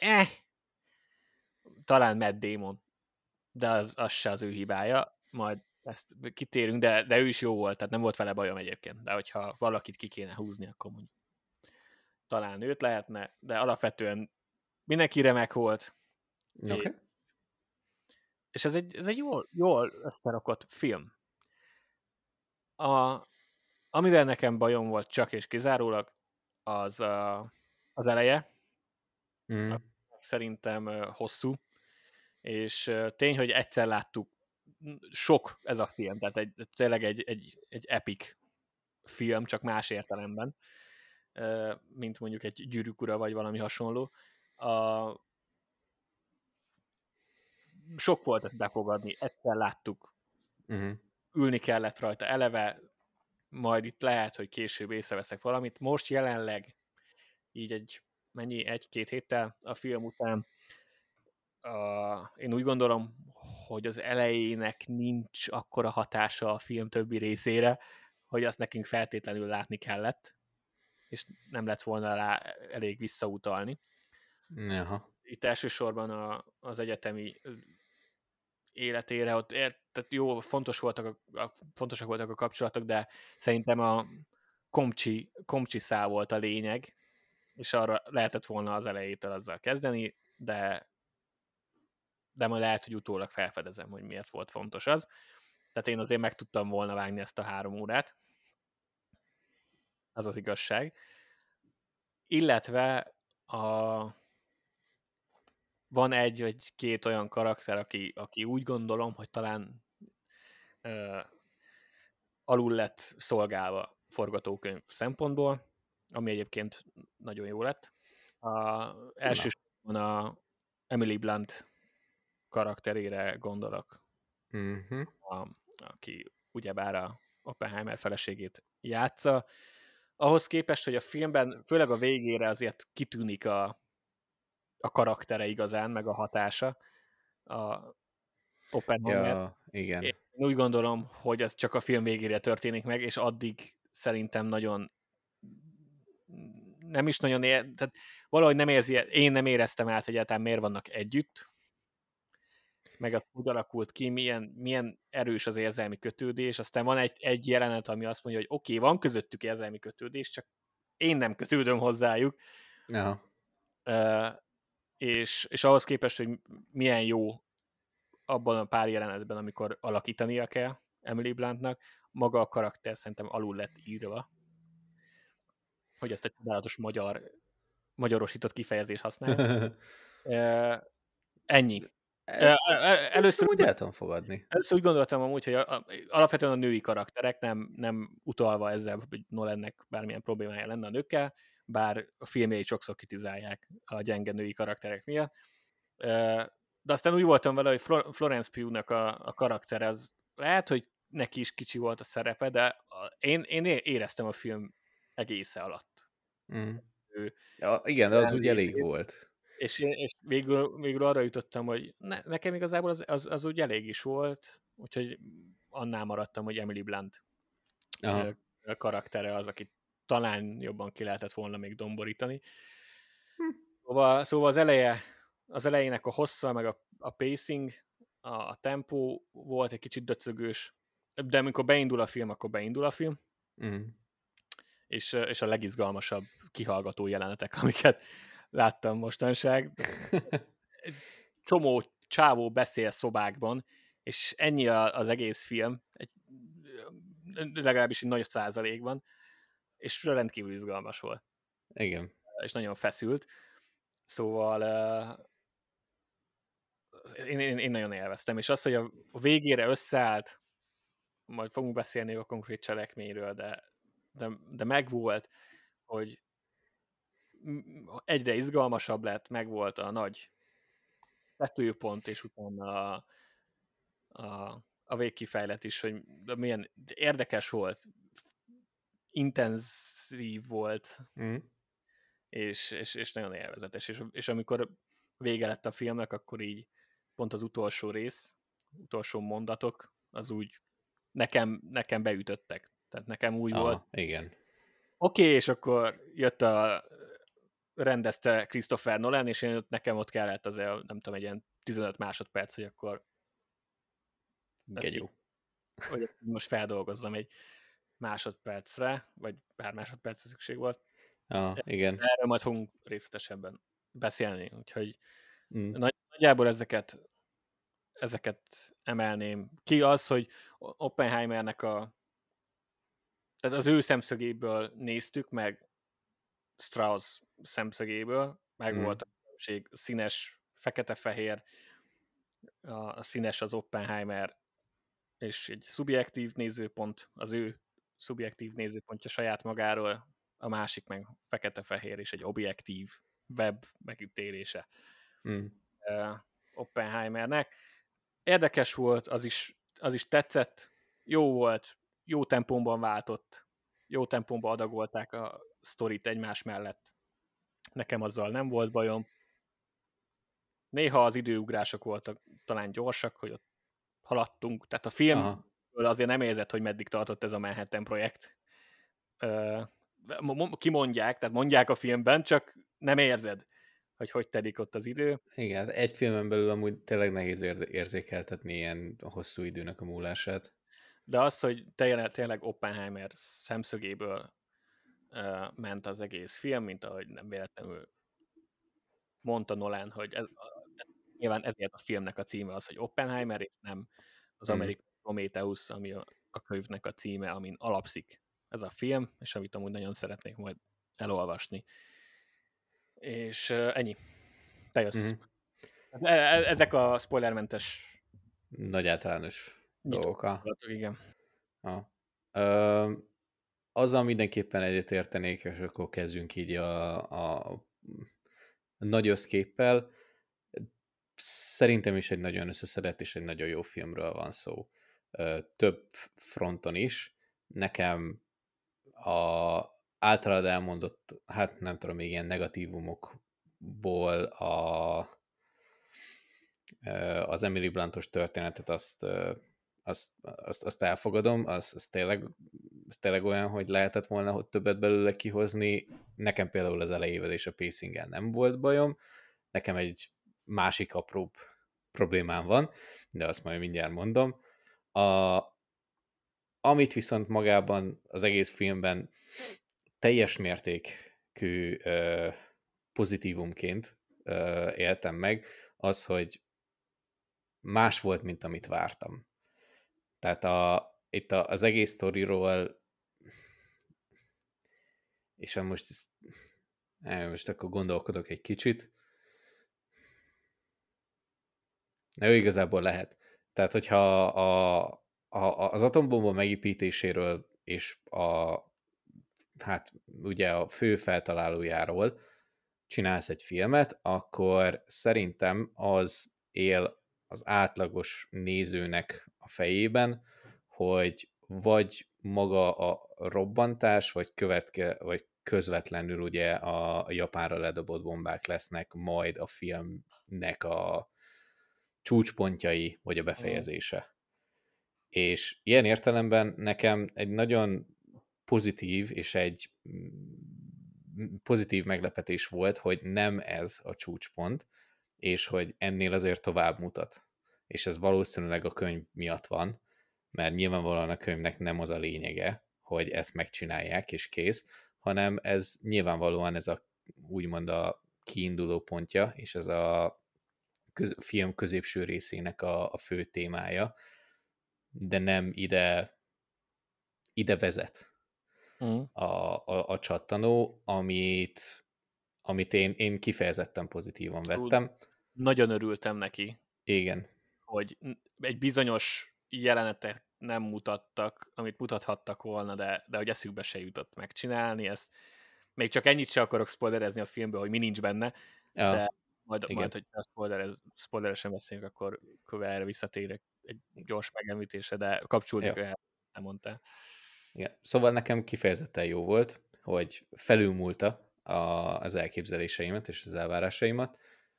talán Matt Damon, de az se az ő hibája, majd ezt kitérünk, de ő is jó volt, tehát nem volt vele bajom egyébként, de hogyha valakit ki kéne húzni, akkor mondjuk talán őt lehetne, de alapvetően mindenki remek volt. Okay. És ez egy jól összerakott film. Amivel nekem bajom volt csak és kizárólag, az eleje. Szerintem hosszú, és tény, hogy egyszer láttuk, sok ez a film, tehát tényleg egy epic film, csak más értelemben, mint mondjuk egy Gyűrűk ura, vagy valami hasonló. Sok volt ezt befogadni, egyszer láttuk, ülni kellett rajta eleve, majd itt lehet, hogy később észreveszek valamit. Most jelenleg így egy-két héttel a film után én úgy gondolom, hogy az elejének nincs akkora hatása a film többi részére, hogy azt nekünk feltétlenül látni kellett, és nem lett volna rá elég visszautalni. Jaha. Itt elsősorban az egyetemi életére, ott tehát jó, fontosak voltak a kapcsolatok, de szerintem a komcsi szál volt a lényeg, és arra lehetett volna az elejétől azzal kezdeni, de majd lehet, hogy utólag felfedezem, hogy miért volt fontos az. Tehát én azért meg tudtam volna vágni ezt a 3 órát. Az az igazság. Illetve van egy vagy két olyan karakter, aki úgy gondolom, hogy talán alul lett szolgálva forgatókönyv szempontból, ami egyébként nagyon jó lett. Elsősorban a Emily Blunt karakterére gondolok, aki ugyebár a Oppenheimer feleségét játsza. Ahhoz képest, hogy a filmben, főleg a végére azért kitűnik a karaktere igazán, meg a hatása a Oppenheimer. Ja, igen. Én úgy gondolom, hogy ez csak a film végére történik meg, és addig szerintem nagyon nem is nagyon tehát valahogy nem érzi, én nem éreztem át, hogy egyáltalán miért vannak együtt, meg az úgy alakult ki, milyen erős az érzelmi kötődés, aztán van egy jelenet, ami azt mondja, hogy oké, van közöttük érzelmi kötődés, csak én nem kötődöm hozzájuk. Aha. És ahhoz képest, hogy milyen jó abban a pár jelenetben, amikor alakítania kell Emily Bluntnak, maga a karakter szerintem alul lett írva, hogy ezt egy csodálatos magyarosított kifejezést használja. Ennyi. Először úgy el tudom fogadni. Először úgy gondoltam amúgy, hogy alapvetően a női karakterek, nem utalva ezzel, hogy Nolannek bármilyen problémája lenne a nőkkel, bár a filmjeit sokszor kritizálják a gyenge női karakterek miatt. De aztán úgy voltam vele, hogy Florence Pugh-nak a karakter az lehet, hogy neki is kicsi volt a szerepe, de én éreztem a film egésze alatt. Ja, igen, de az úgy elég volt. És végül arra jutottam, hogy nekem igazából az úgy elég is volt, úgyhogy annál maradtam, hogy Emily Blunt a karaktere az, aki talán jobban ki lehetett volna még domborítani. Szóval az elejének a hossza, meg a pacing, a tempó volt egy kicsit döcögős, de amikor beindul a film, akkor beindul a film. És a legizgalmasabb kihallgató jelenetek, amiket láttam mostanság. Csomó csávó beszél szobákban, és ennyi az egész film, legalábbis egy nagy százalékban, és rendkívül izgalmas volt. Igen. És nagyon feszült. Szóval én nagyon élveztem, és az, hogy a végére összeállt, majd fogunk beszélni a konkrét cselekményről, de megvolt, hogy egyre izgalmasabb lett, megvolt a nagy vetőpont, és utána a végkifejlet is, hogy milyen érdekes volt, intenzív volt, és nagyon élvezetes. És amikor vége lett a filmnek, akkor így pont az utolsó rész, utolsó mondatok, az úgy nekem beütöttek. Tehát nekem úgy volt. Igen. Oké, és akkor jött rendezte Christopher Nolan, és nekem ott kellett azért, nem tudom, egy ilyen 15 másodperc, hogy akkor hogy most feldolgozzam egy másodpercre, vagy pár másodpercre szükség volt. Igen. Erről majd fogunk részletesebben beszélni, úgyhogy nagyjából ezeket emelném ki. Az, hogy Oppenheimernek tehát az ő szemszögéből néztük, meg Strauss szemszögéből, meg volt a különbség, színes, fekete-fehér, a színes az Oppenheimer, és egy szubjektív nézőpont, az ő szubjektív nézőpontja saját magáról, a másik meg fekete-fehér, és egy objektív web megítélése Oppenheimernek. Érdekes volt, az is tetszett, jó volt, jó tempóban váltott, jó tempóban adagolták a sztorit egymás mellett. Nekem azzal nem volt bajom. Néha az időugrások voltak talán gyorsak, hogy ott haladtunk, tehát a filmből azért nem érzett, hogy meddig tartott ez a Manhattan projekt. Kimondják, tehát mondják a filmben, csak nem érzed, hogy telik ott az idő. Igen, egy filmen belül amúgy tényleg nehéz érzékeltetni ilyen hosszú időnek a múlását. De az, hogy tényleg Oppenheimer szemszögéből ment az egész film, mint ahogy nem véletlenül mondta Nolan, hogy nyilván ezért a filmnek a címe az, hogy Oppenheimer, és nem az amerikai Prometheus, ami a könyvnek a címe, amin alapszik ez a film, és amit amúgy nagyon szeretnék majd elolvasni. És ennyi. Te jössz. Ezek a spoilermentes Nagy általános dolgok. igen. Azzal mindenképpen egyetértenék, és akkor kezdjünk így a nagy összképpel. Szerintem is egy nagyon összeszedett és egy nagyon jó filmről van szó. Több fronton is. Nekem általad elmondott, hát nem tudom, még ilyen negatívumokból az Emily Blunt-os történetet azt elfogadom, az tényleg olyan, hogy lehetett volna hogy többet belőle kihozni. Nekem például az elejével és a pacingen nem volt bajom. Nekem egy másik apróbb problémám van, de azt majd mindjárt mondom. Amit viszont magában az egész filmben teljes mértékű pozitívumként éltem meg, az, hogy más volt, mint amit vártam. Tehát itt az egész sztoriról, és most akkor gondolkodok egy kicsit. Jó, igazából lehet. Tehát, hogyha az atombomba megépítéséről és hát ugye a fő feltalálójáról csinálsz egy filmet, akkor szerintem az él az átlagos nézőnek a fejében, hogy vagy maga a robbantás, vagy közvetlenül ugye a Japánra ledobott bombák lesznek majd a filmnek a csúcspontjai, vagy a befejezése. És ilyen értelemben nekem egy nagyon pozitív és egy pozitív meglepetés volt, hogy nem ez a csúcspont, és hogy ennél azért tovább mutat. És ez valószínűleg a könyv miatt van, mert nyilvánvalóan a könyvnek nem az a lényege, hogy ezt megcsinálják és kész, hanem ez nyilvánvalóan ez a úgymond a kiinduló pontja, és ez a film középső részének a fő témája, de nem ide vezet a csattanó, amit én kifejezetten pozitívan vettem. Nagyon örültem neki. Igen. Hogy egy bizonyos jelenetet nem mutattak, amit mutathattak volna, de hogy eszükbe se jutott megcsinálni. Ezt még csak ennyit se akarok spoilerezni a filmből, hogy mi nincs benne, Ja, de majd hogy spoileresen beszélünk, akkor erre visszatérek egy gyors megemlítése, de kapcsolódik olyan, nem mondtál. Igen. Szóval nekem kifejezetten jó volt, hogy felülmúlta az elképzeléseimet és az elvárásaimat.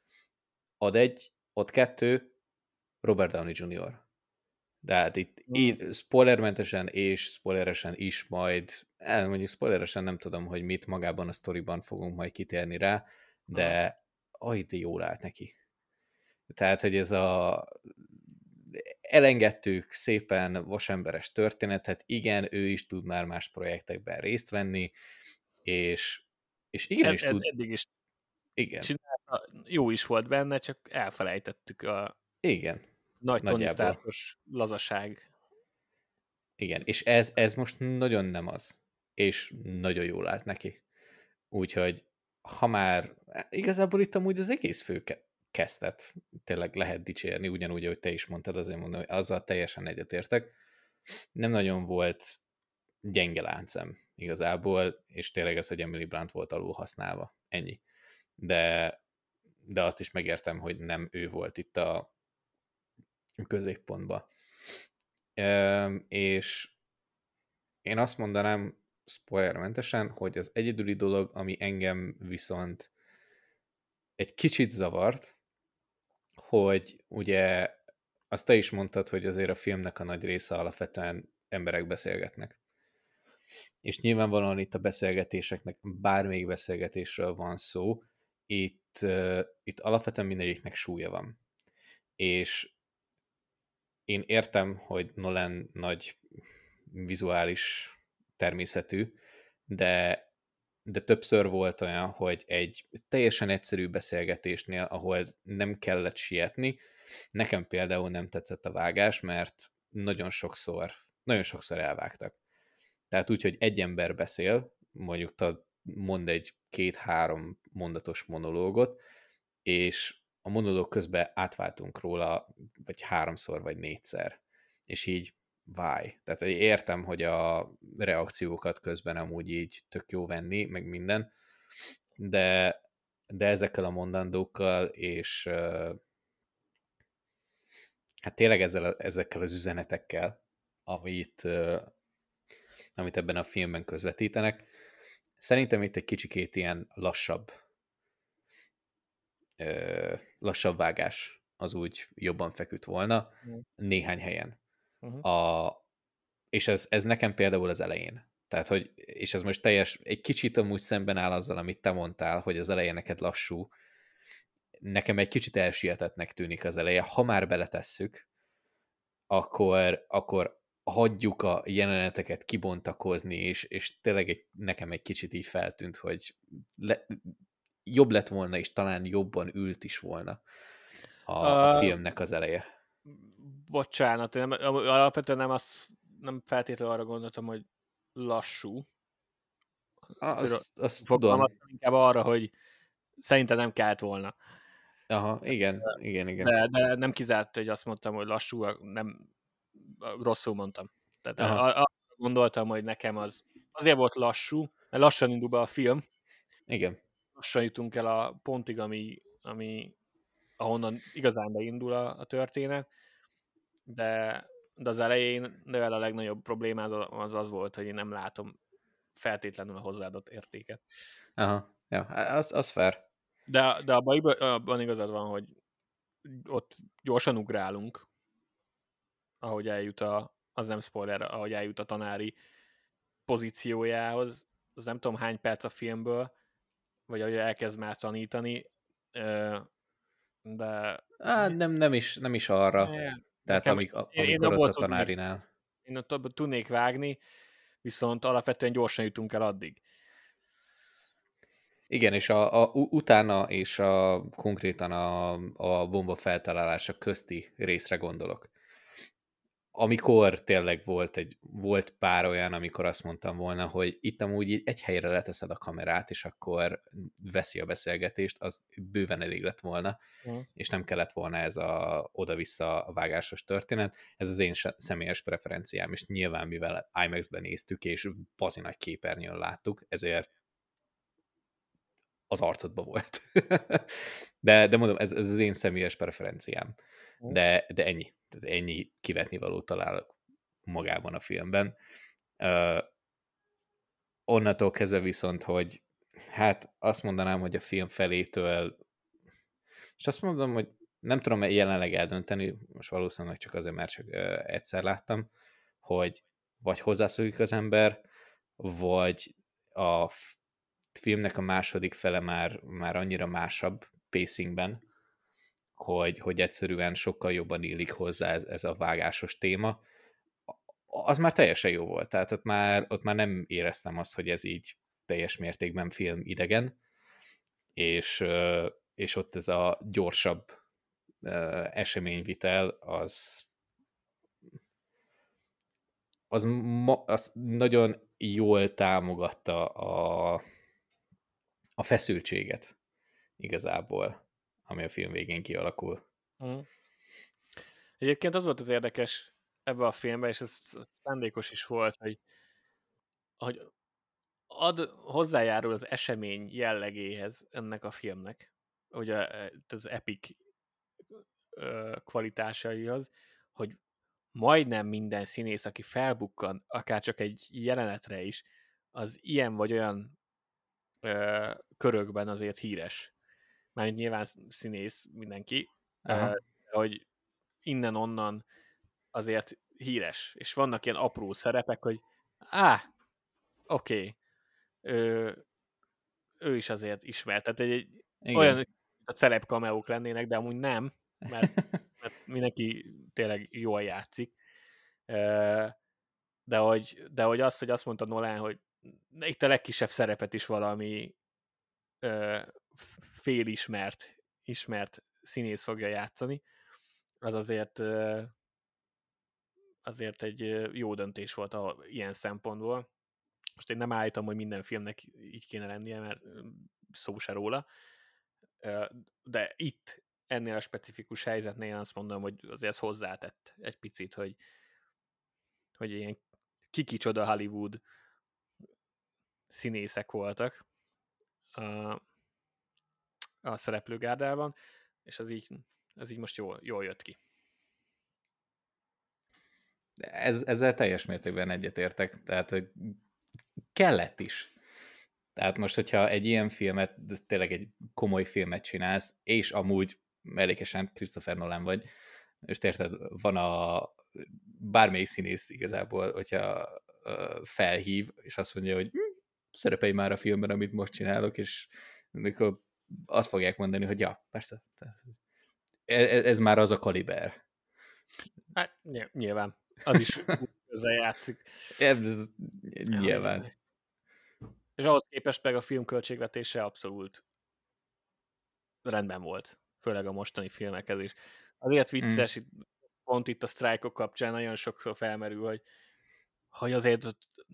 Ott 2, Robert Downey Jr. De hát itt spoilermentesen és spoileresen is majd, mondjuk spoileresen nem tudom, hogy mit magában a sztoriban fogunk majd kitérni rá, de de jól állt neki. Tehát, hogy ez elengedtük szépen vasemberes történetet, igen, ő is tud már más projektekben részt venni, és igenis tud. Eddig is igen. csinálta, jó is volt benne, csak elfelejtettük a igen. nagy Tony Starkos lazaság. Igen, és ez most nagyon nem az, és nagyon jól állt neki. Úgyhogy ha már igazából itt amúgy az egész kezdet tényleg lehet dicsérni, ugyanúgy, ahogy te is mondtad, azért mondom, hogy azzal teljesen egyetértek. Nem nagyon volt gyenge láncem igazából, és tényleg ez, hogy Emily Blunt volt alul használva. Ennyi. De azt is megértem, hogy nem ő volt itt a középpontban. És én azt mondanám spoilermentesen, hogy az egyedüli dolog, ami engem viszont egy kicsit zavart, hogy ugye azt te is mondtad, hogy azért a filmnek a nagy része alapvetően emberek beszélgetnek. És nyilvánvalóan itt a beszélgetéseknek, bármelyik beszélgetésről van szó, itt alapvetően mindegyiknek súlya van. És én értem, hogy Nolan nagy vizuális természetű, de többször volt olyan, hogy egy teljesen egyszerű beszélgetésnél, ahol nem kellett sietni, nekem például nem tetszett a vágás, mert nagyon sokszor elvágtak. Tehát úgy, hogy egy ember beszél, mondjuk mond egy 2-3 mondatos monológot, és a monológ közben átváltunk róla, vagy 3-szor, vagy 4-szer. És így why? Tehát értem, hogy a reakciókat közben amúgy így tök jó venni, meg minden, de ezekkel a mondandókkal, és hát tényleg ezekkel az üzenetekkel, amit ebben a filmben közvetítenek, szerintem itt egy kicsikét ilyen lassabb vágás az úgy jobban feküdt volna néhány helyen. És ez nekem például az elején. Tehát, hogy, és ez most egy kicsit amúgy szemben áll azzal, amit te mondtál, hogy az eleje neked lassú. Nekem egy kicsit elsietettnek tűnik az eleje. Ha már beletesszük, akkor hagyjuk a jeleneteket kibontakozni, és tényleg nekem egy kicsit így feltűnt, hogy jobb lett volna, és talán jobban ült is volna a filmnek az eleje. Bocsánat, alapvetően nem feltétlenül arra gondoltam, hogy lassú. Azt tudom. Inkább arra, hogy szerintem nem kellett volna. Aha, igen. De nem kizárt, hogy azt mondtam, hogy lassú, nem rosszul mondtam. Tehát arra gondoltam, hogy nekem azért volt lassú, mert lassan indul be a film. Igen. Lassan jutunk el a pontig, ahonnan igazán beindul a történet, de az elején a legnagyobb problémám az volt, hogy én nem látom feltétlenül a hozzáadott értéket. Aha, ja, az fair. De abban igazad van, hogy ott gyorsan ugrálunk, ahogy eljut az nem spoiler, ahogy eljut a tanári pozíciójához. Az nem tudom hány perc a filmből, vagy ahogy elkezd már tanítani, de... Nem is arra. Tehát amikor ott a tanárinál. Én ott tudnék vágni, viszont alapvetően gyorsan jutunk el addig. Igen, és utána és konkrétan a bomba feltalálása közti részre gondolok. Amikor tényleg volt pár olyan, amikor azt mondtam volna, hogy itt amúgy egy helyre leteszed a kamerát, és akkor veszi a beszélgetést, az bőven elég lett volna, és nem kellett volna ez a oda-vissza a vágásos történet. Ez az én személyes preferenciám, és nyilván, mivel IMAX-ben néztük, és bazi nagy képernyőn láttuk, ezért az arcodba volt. de mondom, ez az én személyes preferenciám. De ennyi. Tehát ennyi kivetni valót találok magában a filmben. Onnantól kezdve viszont, hogy hát azt mondanám, hogy a film felétől, és azt mondom, hogy nem tudom jelenleg eldönteni, most valószínűleg csak azért, mert csak egyszer láttam, hogy vagy hozzászokik az ember, vagy a filmnek a második fele már annyira másabb pacingben, hogy egyszerűen sokkal jobban illik hozzá ez a vágásos téma. Az már teljesen jó volt, tehát ott már nem éreztem azt, hogy ez így teljes mértékben film idegen, és ott ez a gyorsabb eseményvitel az nagyon jól támogatta a feszültséget igazából, ami a film végén kialakul. Egyébként az volt az érdekes ebben a filmben, és ez szándékos is volt, hogy hozzájárul az esemény jellegéhez ennek a filmnek, ugye az epic kvalitásaihoz, hogy majdnem minden színész, aki felbukkan, akár csak egy jelenetre is, az ilyen vagy olyan körökben azért híres. Mármint nyilván színész mindenki, hogy innen-onnan azért híres. És vannak ilyen apró szerepek, hogy oké, ő is azért ismert. Tehát olyan a celeb cameók lennének, de amúgy nem, mert mindenki tényleg jól játszik. De hogy azt mondta Nolan, hogy itt a legkisebb szerepet is valami ismert színész fogja játszani, az azért egy jó döntés volt ilyen szempontból. Most én nem állítom, hogy minden filmnek így kéne lennie, mert szó se róla, de itt ennél a specifikus helyzetnél azt mondom, hogy azért ez hozzátett egy picit, hogy ilyen kicsoda Hollywood színészek voltak a szereplőgárdában, és ez így most jól jött ki. Ezzel teljes mértékben egyetértek, tehát hogy kellett is. Tehát most, hogyha egy ilyen filmet, tényleg egy komoly filmet csinálsz, és amúgy mellékesen Christopher Nolan vagy, és érted, van bármelyik színész igazából, hogyha felhív, és azt mondja, hogy szerepelj már a filmben, amit most csinálok, és mikor azt fogják mondani, hogy ja, persze. Ez már az a kaliber. Hát nyilván. Az is közben játszik. Ez nyilván. Ja, és ahhoz képest meg a film költségvetése abszolút rendben volt. Főleg a mostani filmekhez is. Azért vicces, pont itt a sztrájkok kapcsán nagyon sokszor felmerül, hogy azért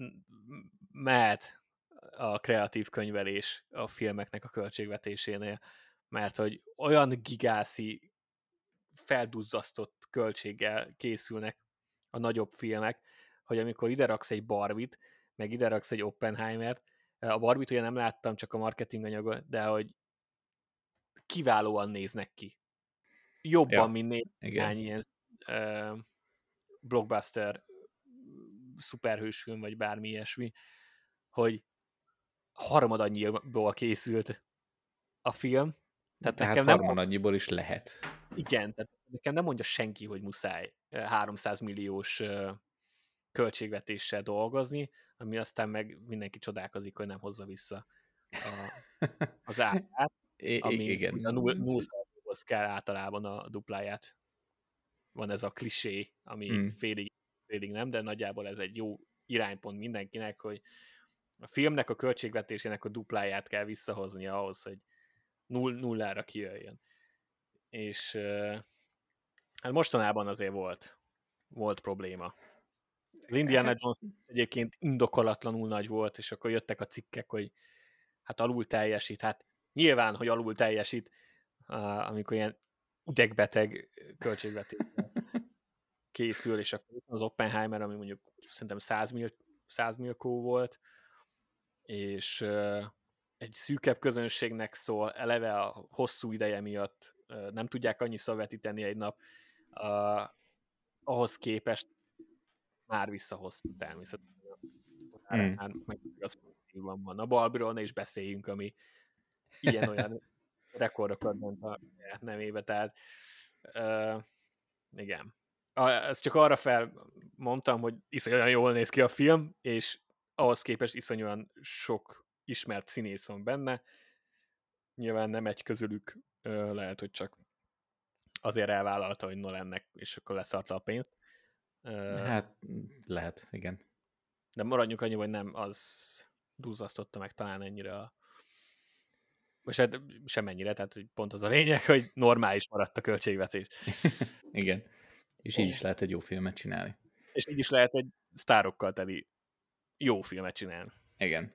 mehet a kreatív könyvelés a filmeknek a költségvetésénél, mert hogy olyan gigászi, felduzzasztott költséggel készülnek a nagyobb filmek, hogy amikor ide raksz egy Barbie-t, meg ide raksz egy Oppenheimert, a Barbie-t ugye nem láttam, csak a marketing anyagot, de hogy kiválóan néznek ki. Jobban, mint néhány ilyen blockbuster szuperhősfilm, vagy bármi ilyesmi, hogy harmadannyiból készült a film. Tehát nekem harmadannyiból is lehet. Igen, tehát nekem nem mondja senki, hogy muszáj 300 milliós költségvetéssel dolgozni, ami aztán meg mindenki csodálkozik, hogy nem hozza vissza az árát, ami igen. a 0-hoz kell általában a dupláját. Van ez a klisé, ami félig nem, de nagyjából ez egy jó iránypont mindenkinek, hogy a filmnek a költségvetésének a dupláját kell visszahozni ahhoz, hogy nullára kijöjjön. És hát mostanában azért volt probléma. Az Indiana Jones egyébként indokolatlanul nagy volt, és akkor jöttek a cikkek, hogy hát alul teljesít. Hát nyilván, hogy alul teljesít, amikor ilyen idegbeteg költségvetéssel készül, és akkor az Oppenheimer, ami mondjuk szerintem 100 millió volt, és egy szűkebb közönségnek szól, eleve a hosszú ideje miatt nem tudják annyiszor vetíteni egy nap, ahhoz képest már visszahozta természetesen. Már meg az van. A Barbie-ról ne is beszéljünk, ami ilyen-olyan rekordokat ment a nevébe, tehát igen. Ezt csak arra felmondtam, hogy iszonyúan jól néz ki a film, és ahhoz képest iszonyúan sok ismert színész van benne. Nyilván nem egy közülük lehet, hogy csak azért elvállalta, hogy Nolannek, és akkor leszarta a pénzt. Hát lehet, igen. De maradjunk annyi, hogy nem az duzzasztotta meg talán ennyire most hát semennyire, tehát hogy pont az a lényeg, hogy normális maradt a költségvetés. Igen. És így is lehet egy jó filmet csinálni. És így is lehet egy sztárokkal teli jó filmet csinálni. Igen.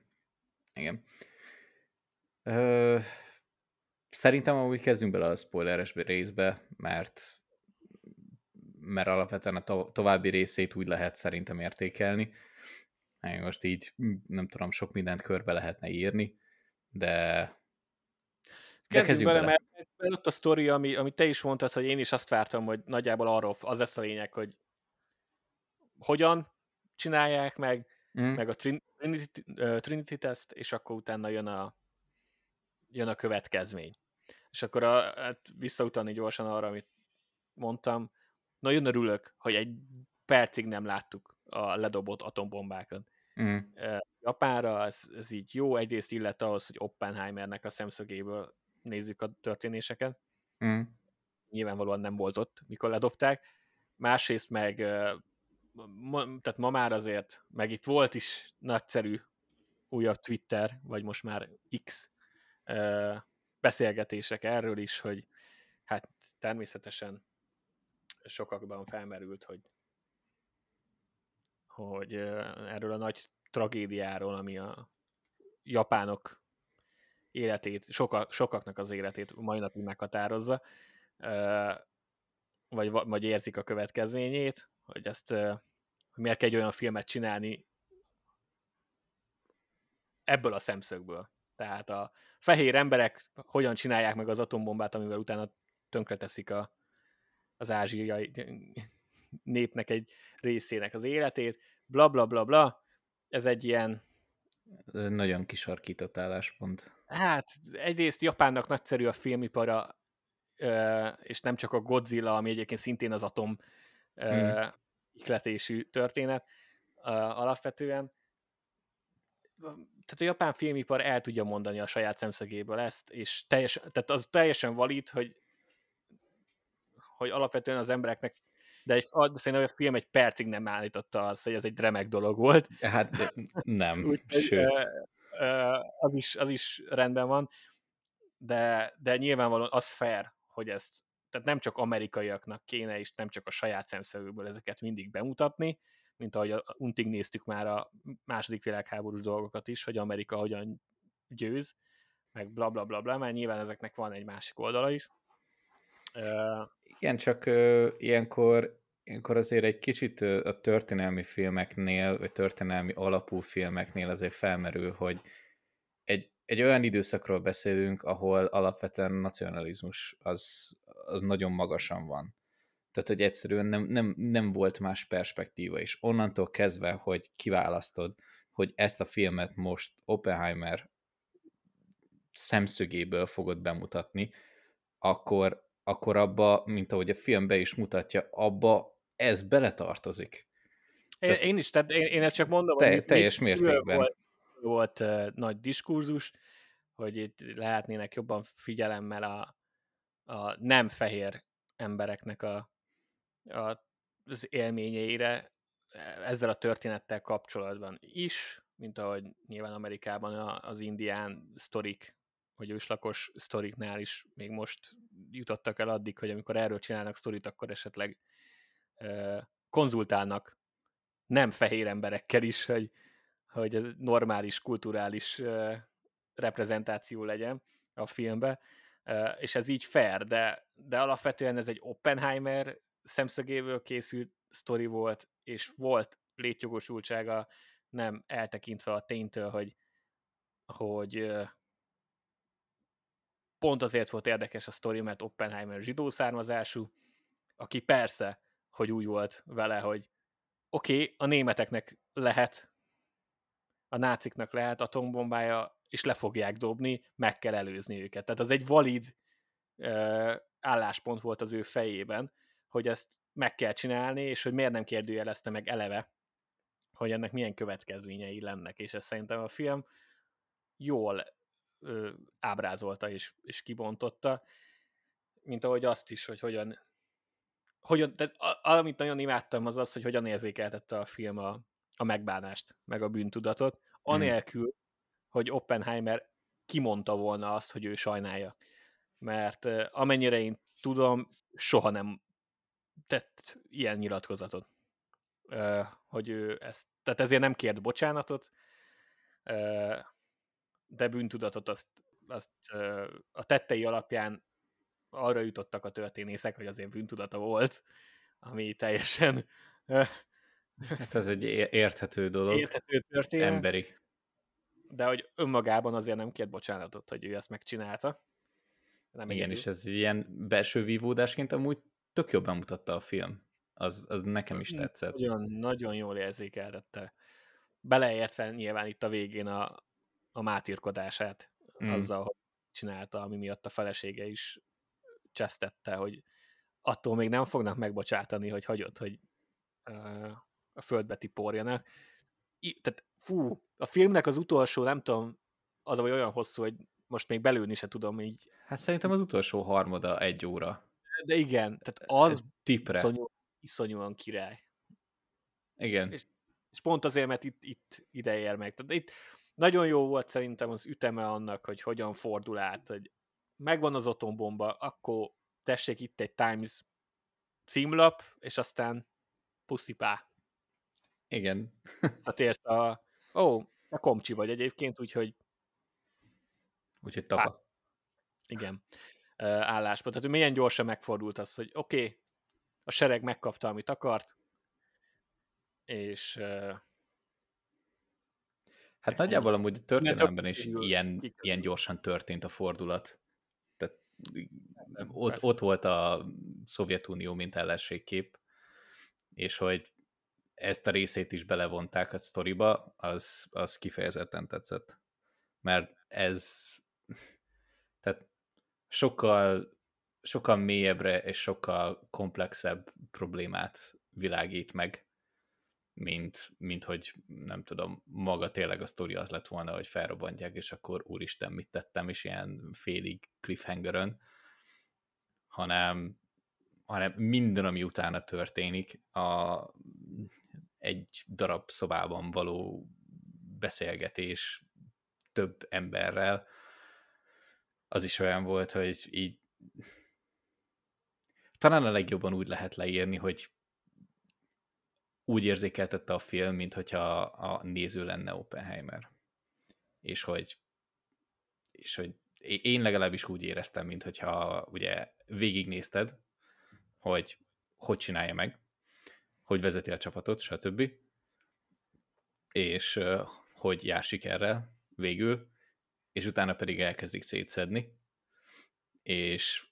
Szerintem amúgy kezdjünk bele a spoileres részbe, mert alapvetően a további részét úgy lehet szerintem értékelni. Most így nem tudom, sok mindent körbe lehetne írni, de kezdjünk bele. Mert ott a sztori, ami te is mondtad, hogy én is azt vártam, hogy nagyjából arról az lesz a lényeg, hogy hogyan csinálják meg a Trinity teszt, és akkor utána jön a következmény. És akkor hát visszautalni gyorsan arra, amit mondtam, nagyon örülök, hogy egy percig nem láttuk a ledobott atombombákat. Japánra ez így jó, egyrészt illet ahhoz, hogy Oppenheimernek a szemszögéből nézzük a történéseket. Nyilvánvalóan nem volt ott, mikor ledobták. Másrészt meg tehát ma már azért, meg itt volt is nagyszerű újabb Twitter, vagy most már X beszélgetések erről is, hogy hát természetesen sokakban felmerült, hogy erről a nagy tragédiáról, ami a japánok életét, sokaknak az életét mai napig meghatározza, vagy érzik a következményét, hogy hogy miért kell egy olyan filmet csinálni ebből a szemszögből. Tehát a fehér emberek hogyan csinálják meg az atombombát, amivel utána tönkreteszik az ázsiai népnek egy részének az életét, bla bla bla bla. Ez egy ilyen... Nagyon kisarkított álláspont. Hát egyrészt Japánnak nagyszerű a filmipara, és nem csak a Godzilla, ami egyébként szintén az atom ikletésű történet alapvetően. Tehát a japán filmipar el tudja mondani a saját szemszögéből ezt, és tehát az teljesen valid, hogy alapvetően az embereknek, de szerintem a film egy percig nem állította azt, hogy ez egy remek dolog volt. Hát nem, Úgyhogy, sőt. az is rendben van, de nyilvánvalóan az fair, hogy ezt, tehát nem csak amerikaiaknak kéne, és nem csak a saját szemszögükből ezeket mindig bemutatni, mint ahogy a untig néztük már a második világháborús dolgokat is, hogy Amerika hogyan győz, meg bla bla bla bla, mert nyilván ezeknek van egy másik oldala is. Igen, csak ilyenkor azért egy kicsit a történelmi filmeknél, vagy történelmi alapú filmeknél azért felmerül, hogy egy olyan időszakról beszélünk, ahol alapvetően nacionalizmus az nagyon magasan van. Tehát, hogy egyszerűen nem volt más perspektíva, és onnantól kezdve, hogy kiválasztod, hogy ezt a filmet most Oppenheimer szemszögéből fogod bemutatni, akkor abba, mint ahogy a film be is mutatja, abba ez beletartozik. Én is, tehát én ezt csak mondom, hogy teljes mértékben. volt nagy diskurzus, hogy itt lehetnének jobban figyelemmel a nem fehér embereknek az élményeire ezzel a történettel kapcsolatban is, mint ahogy nyilván Amerikában az indián sztorik, vagy őslakos sztoriknál is még most jutottak el addig, hogy amikor erről csinálnak sztorit, akkor esetleg konzultálnak nem fehér emberekkel is, hogy ez normális, kulturális reprezentáció legyen a filmbe, és ez így fair, de alapvetően ez egy Oppenheimer szemszögéből készült sztori volt, és volt létjogosultsága, nem eltekintve a ténytől, hogy pont azért volt érdekes a sztori, mert Oppenheimer zsidó származású, aki persze, hogy úgy volt vele, hogy oké, a németeknek lehet, a náciknak lehet atombombája, és le fogják dobni, meg kell előzni őket. Tehát az egy valid álláspont volt az ő fejében, hogy ezt meg kell csinálni, és hogy miért nem kérdőjelezte meg eleve, hogy ennek milyen következményei lennek, és ezt szerintem a film jól ábrázolta és kibontotta, mint ahogy azt is, hogy hogyan tehát amit nagyon imádtam az az, hogy hogyan érzékeltette a film a megbánást, meg a bűntudatot, anélkül, hogy Oppenheimer kimondta volna azt, hogy ő sajnálja. Mert amennyire én tudom, soha nem tett ilyen nyilatkozatot, hogy ő ezt, tehát ezért nem kért bocsánatot, de bűntudatot azt a tettei alapján arra jutottak a történészek, hogy azért bűntudata volt, ami teljesen Hát ez egy érthető dolog. érthető történet, emberi. de hogy önmagában azért nem kért bocsánatot, hogy ő ezt megcsinálta. Nem Igen, egyedül. és ez ilyen belső vívódásként amúgy tök jobban mutatta a film. Az nekem is tetszett. Nagyon, nagyon jól érzékeltette. Beleértve nyilván itt a végén a mátírkodását azzal, hogy csinálta, ami miatt a felesége is csesztette, hogy attól még nem fognak megbocsátani, hogy hagyod, hogy a földbe tiporjanak. Tehát a filmnek az utolsó, nem tudom, az vagy olyan hosszú, hogy most még belülni se tudom így. Hát szerintem az utolsó harmada 1 óra. De igen, tehát az tipre. iszonyúan király. Igen. És pont azért, mert itt ide ér meg. Tehát itt nagyon jó volt szerintem az üteme annak, hogy hogyan fordul át, hogy megvan az atombomba, akkor tessék itt egy Times címlap, és aztán puszipá. Igen. Visszatérsz a komcsi vagy egyébként, úgyhogy Úgyhogy tapa. Igen. álláspont. Tehát milyen gyorsan megfordult az, hogy oké, a sereg megkapta, amit akart, és Hát nagyjából amúgy a történelemben is kikerül. ilyen gyorsan történt a fordulat. Tehát Persze. ott volt a Szovjetunió, mint ellenségkép, és hogy ezt a részét is belevonták a sztoriba, az kifejezetten tetszett. Mert ez tehát sokkal mélyebbre és sokkal komplexebb problémát világít meg, mint hogy nem tudom, maga tényleg a sztori az lett volna, hogy felrobbantják, és akkor úristen, mit tettem, és ilyen félig cliffhangerön, hanem minden, ami utána történik, egy darab szobában való beszélgetés több emberrel, az is olyan volt, hogy így talán a legjobban úgy lehet leírni, hogy úgy érzékeltette a film, mint hogyha a néző lenne Oppenheimer. És hogy én legalábbis úgy éreztem, mint hogyha ugye végignézted, hogy csinálja meg, hogy vezeti a csapatot, stb. És hogy jár sikerrel végül, és utána pedig elkezdik szétszedni, és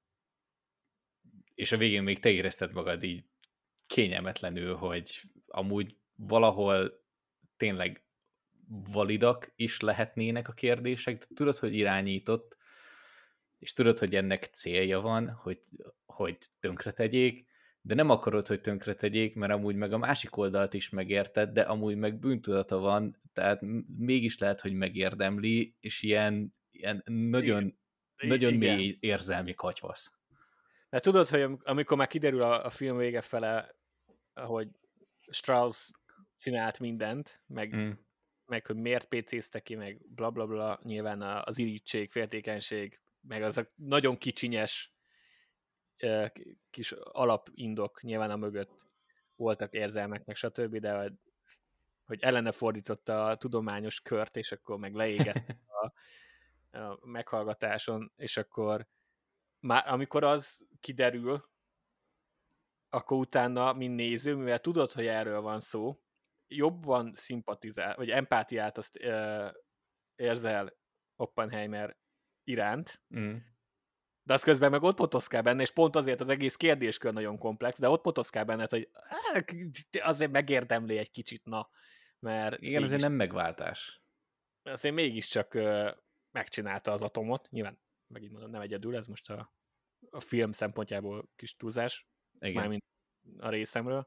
a végén még te érezted magad így kényelmetlenül, hogy amúgy valahol tényleg validak is lehetnének a kérdések, de tudod, hogy irányított, és tudod, hogy ennek célja van, hogy tönkretegyék, de nem akarod, hogy tönkretegyék, mert amúgy meg a másik oldalt is megérted, de amúgy meg bűntudata van, tehát mégis lehet, hogy megérdemli, és ilyen nagyon, nagyon Igen. mély érzelmi katyvasz. Mert tudod, hogy amikor már kiderül a film vége fele, hogy Strauss csinált mindent, meg hogy miért PC-zte ki, meg blablabla, bla, bla, nyilván az irítség, féltékenység, meg az a nagyon kicsinyes kis alapindok nyilván a mögött voltak érzelmek, meg stb., de hogy ellene fordította a tudományos kört, és akkor meg leégett a meghallgatáson, és akkor már amikor az kiderül, akkor utána, mint néző, mivel tudod, hogy erről van szó, jobban szimpatizál, vagy empátiát azt érzel Oppenheimer iránt, de az közben meg ott potoszkál benne, és pont azért az egész kérdéskör nagyon komplex, de ott potoszkál benne, hogy azért megérdemli egy kicsit, na. Mert igen, azért nem megváltás. Azért mégiscsak megcsinálta az atomot, nyilván megint mondom, nem egyedül, ez most a film szempontjából kis túlzás, mármint a részemről.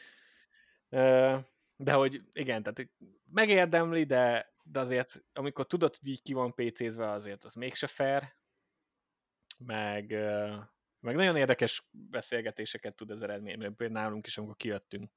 De hogy igen, tehát megérdemli, de azért, amikor tudod, hogy így ki van PC-zve, azért az mégse fair, meg nagyon érdekes beszélgetéseket tud ez eredményben, például nálunk is, amikor kijöttünk.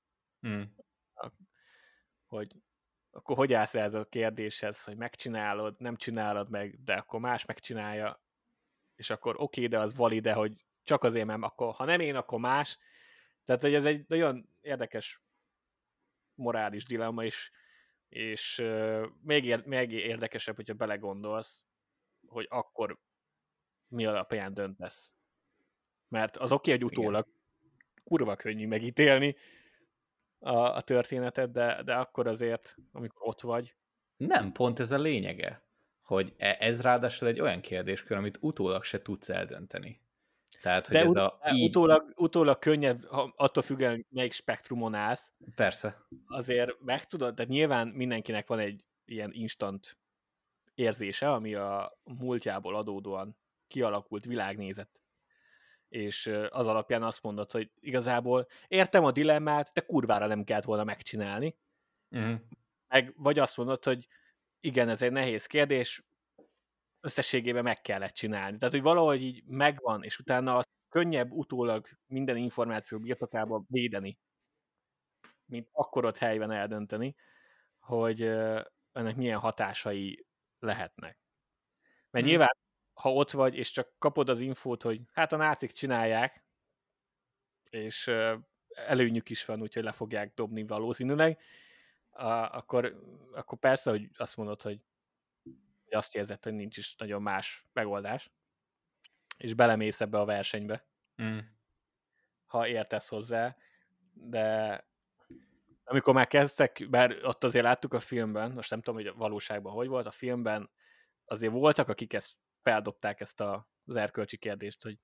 Hogy akkor hogy állsz ez a kérdéshez, hogy megcsinálod, nem csinálod meg, de akkor más megcsinálja, és akkor oké, de az valid, de hogy csak azért, mert akkor, ha nem én, akkor más. Tehát, hogy ez egy nagyon érdekes morális dilemma, és még érdekesebb, hogyha belegondolsz, hogy akkor mi alapján döntesz. Mert az oké, hogy utólag kurva könnyű megítélni a történetet, de akkor azért, amikor ott vagy. Nem, pont ez a lényege, hogy ez ráadásul egy olyan kérdéskör, amit utólag se tudsz eldönteni. Tehát, hogy de ez így... utólag könnyebb, attól függően, hogy melyik spektrumon állsz. Persze. Azért meg tudod, tehát nyilván mindenkinek van egy ilyen instant érzése, ami a múltjából adódóan kialakult világnézet. És az alapján azt mondod, hogy igazából értem a dilemmát, de kurvára nem kellett volna megcsinálni. Vagy azt mondod, hogy igen, ez egy nehéz kérdés, összességében meg kellett csinálni. Tehát, hogy valahogy így megvan, és utána az könnyebb utólag minden információ birtokában védeni, mint akkor ott helyben eldönteni, hogy ennek milyen hatásai lehetnek. Mert nyilván, ha ott vagy, és csak kapod az infót, hogy hát a nácik csinálják, és előnyük is van, úgyhogy le fogják dobni valószínűleg, akkor persze, hogy azt mondod, hogy azt érzed, hogy nincs is nagyon más megoldás. és belemész ebbe a versenybe, ha értesz hozzá, de amikor már kezdtek, bár ott azért láttuk a filmben, most nem tudom, hogy a valóságban hogy volt, a filmben azért voltak, akik ezt feldobták ezt az erkölcsi kérdést, hogy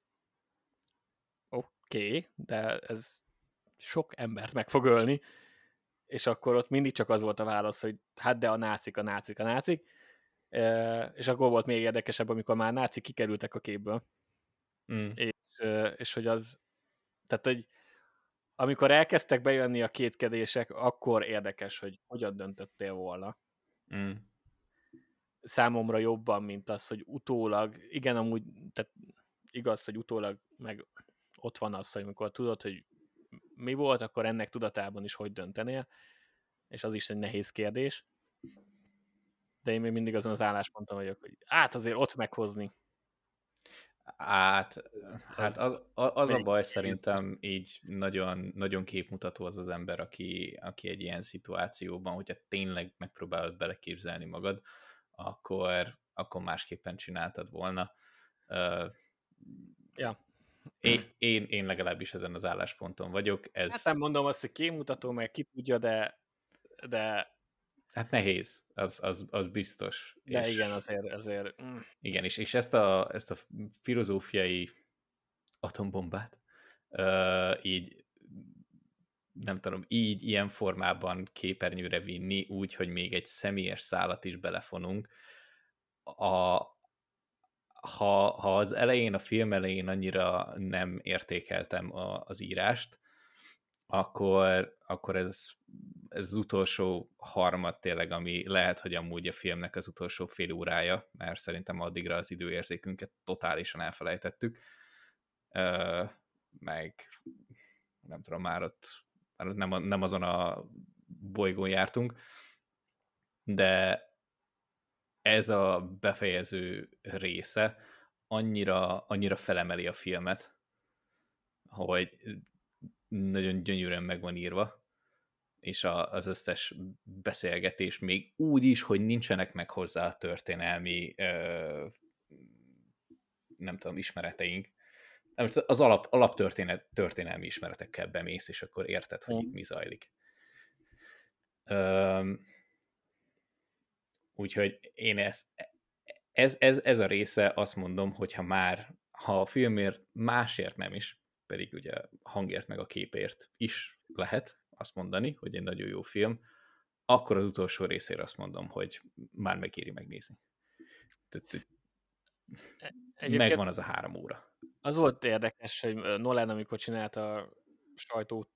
oké, de ez sok embert meg fog ölni, és akkor ott mindig csak az volt a válasz, hogy hát de a nácik. És akkor volt még érdekesebb, amikor már nácik kikerültek a képből. És hogy az, tehát hogy amikor elkezdtek bejönni a kétkedések, akkor érdekes, hogy hogyan döntöttél volna. Számomra jobban, mint az, hogy utólag, igen, amúgy, tehát igaz, hogy utólag meg ott van az, hogy amikor tudod, hogy mi volt, akkor ennek tudatában is hogy döntenél, és az is egy nehéz kérdés. De én még mindig azon az állásponton vagyok, hogy azért ott meghozni. Hát az a baj szerintem így nagyon, nagyon képmutató az ember, aki egy ilyen szituációban, hogyha tényleg megpróbálod beleképzelni magad, akkor másképpen csináltad volna. Ja. Én legalábbis ezen az állásponton vagyok. Hát nem mondom azt, hogy képmutató, meg ki tudja, de hát nehéz, az biztos. De és igen, azért. Igen, és ezt a filozófiai atombombát így nem tudom, ilyen formában képernyőre vinni, úgy, hogy még egy személyes szálat is belefonunk. Ha az elején, a film elején annyira nem értékeltem az írást, akkor ez az utolsó harmad tényleg, ami lehet, hogy amúgy a filmnek az utolsó fél órája, mert szerintem addigra az időérzékünket totálisan elfelejtettük, meg nem tudom, már ott nem azon a bolygón jártunk, de ez a befejező része annyira felemeli a filmet, hogy nagyon gyönyörűen meg van írva, és az összes beszélgetés még úgy is, hogy nincsenek meg hozzá a történelmi nem tudom, ismereteink. Az alaptörténelmi ismeretekkel bemész, és akkor érted, hogy itt mi zajlik. Úgyhogy én ez a része, azt mondom, hogy ha a filmért másért nem is, pedig ugye hangért meg a képért is lehet azt mondani, hogy egy nagyon jó film, akkor az utolsó részére azt mondom, hogy már megéri megnézni. Tehát megvan az a 3 óra. Az volt érdekes, hogy Nolan, amikor csinálta a sajtókör,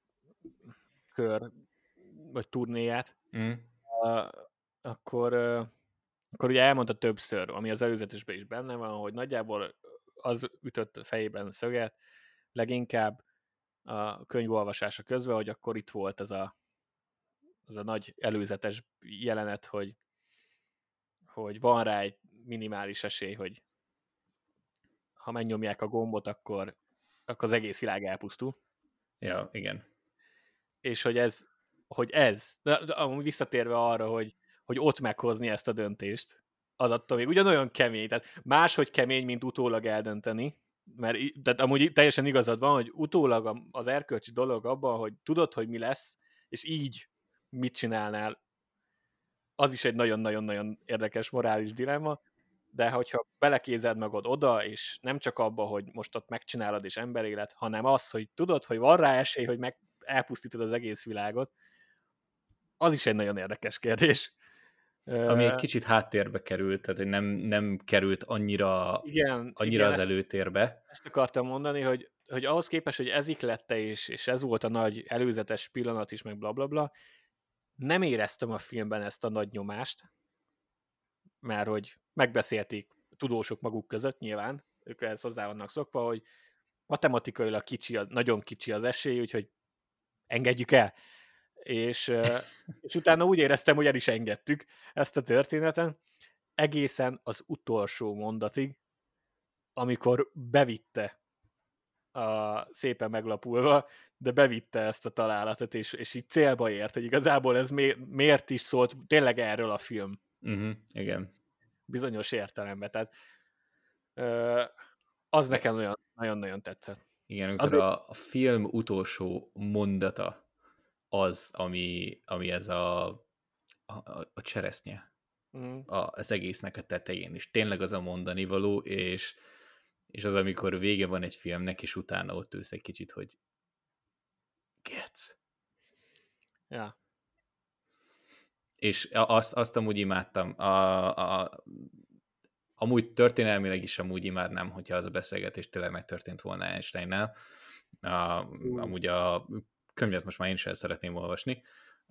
vagy turnéját, akkor ugye elmondta többször, ami az előzetesben is benne van, hogy nagyjából az ütött a fejében szöget, leginkább a könyvolvasása közben, hogy akkor itt volt az a nagy előzetes jelenet, hogy van rá egy minimális esély, hogy ha megnyomják a gombot, akkor az egész világ elpusztul. Ja, igen. És hogy ez de amúgy visszatérve arra, hogy ott meghozni ezt a döntést, az attól még ugyanolyan kemény, tehát máshogy kemény, mint utólag eldönteni, mert tehát amúgy teljesen igazad van, hogy utólag az erkölcsi dolog abban, hogy tudod, hogy mi lesz, és így mit csinálnál, az is egy nagyon-nagyon-nagyon érdekes morális dilemma, de hogyha beleképzeld magad oda, és nem csak abba, hogy most ott megcsinálod és emberélet, hanem az, hogy tudod, hogy van rá esély, hogy elpusztítod az egész világot, az is egy nagyon érdekes kérdés. Ami egy kicsit háttérbe került, tehát hogy nem került annyira az előtérbe. Ezt akartam mondani, hogy ahhoz képest, hogy ez iklette, és ez volt a nagy előzetes pillanat is, meg blablabla, nem éreztem a filmben ezt a nagy nyomást, mert hogy megbeszélték tudósok maguk között nyilván, ők ehhez hozzá vannak szokva, hogy matematikailag nagyon kicsi az esély, úgyhogy engedjük el. És utána úgy éreztem, hogy el is engedtük ezt a történeten, egészen az utolsó mondatig, amikor bevitte szépen meglapulva, de bevitte ezt a találatot, és így célba ért, hogy igazából ez miért is szólt tényleg erről a film. Igen. Bizonyos értelemben. Tehát Az nekem nagyon-nagyon tetszett. Igen, amikor a film utolsó mondata az, ami ez a cseresznye az egésznek a tetején, és tényleg az a mondani való, és az, amikor vége van egy filmnek, és utána ott ülsz egy kicsit, hogy Gec. Ja. És azt amúgy imádtam. Amúgy történelmileg is amúgy imádnám, hogyha az a beszélgetés tényleg megtörtént volna Einsteinnál. Amúgy a könyvet most már én sem szeretném olvasni.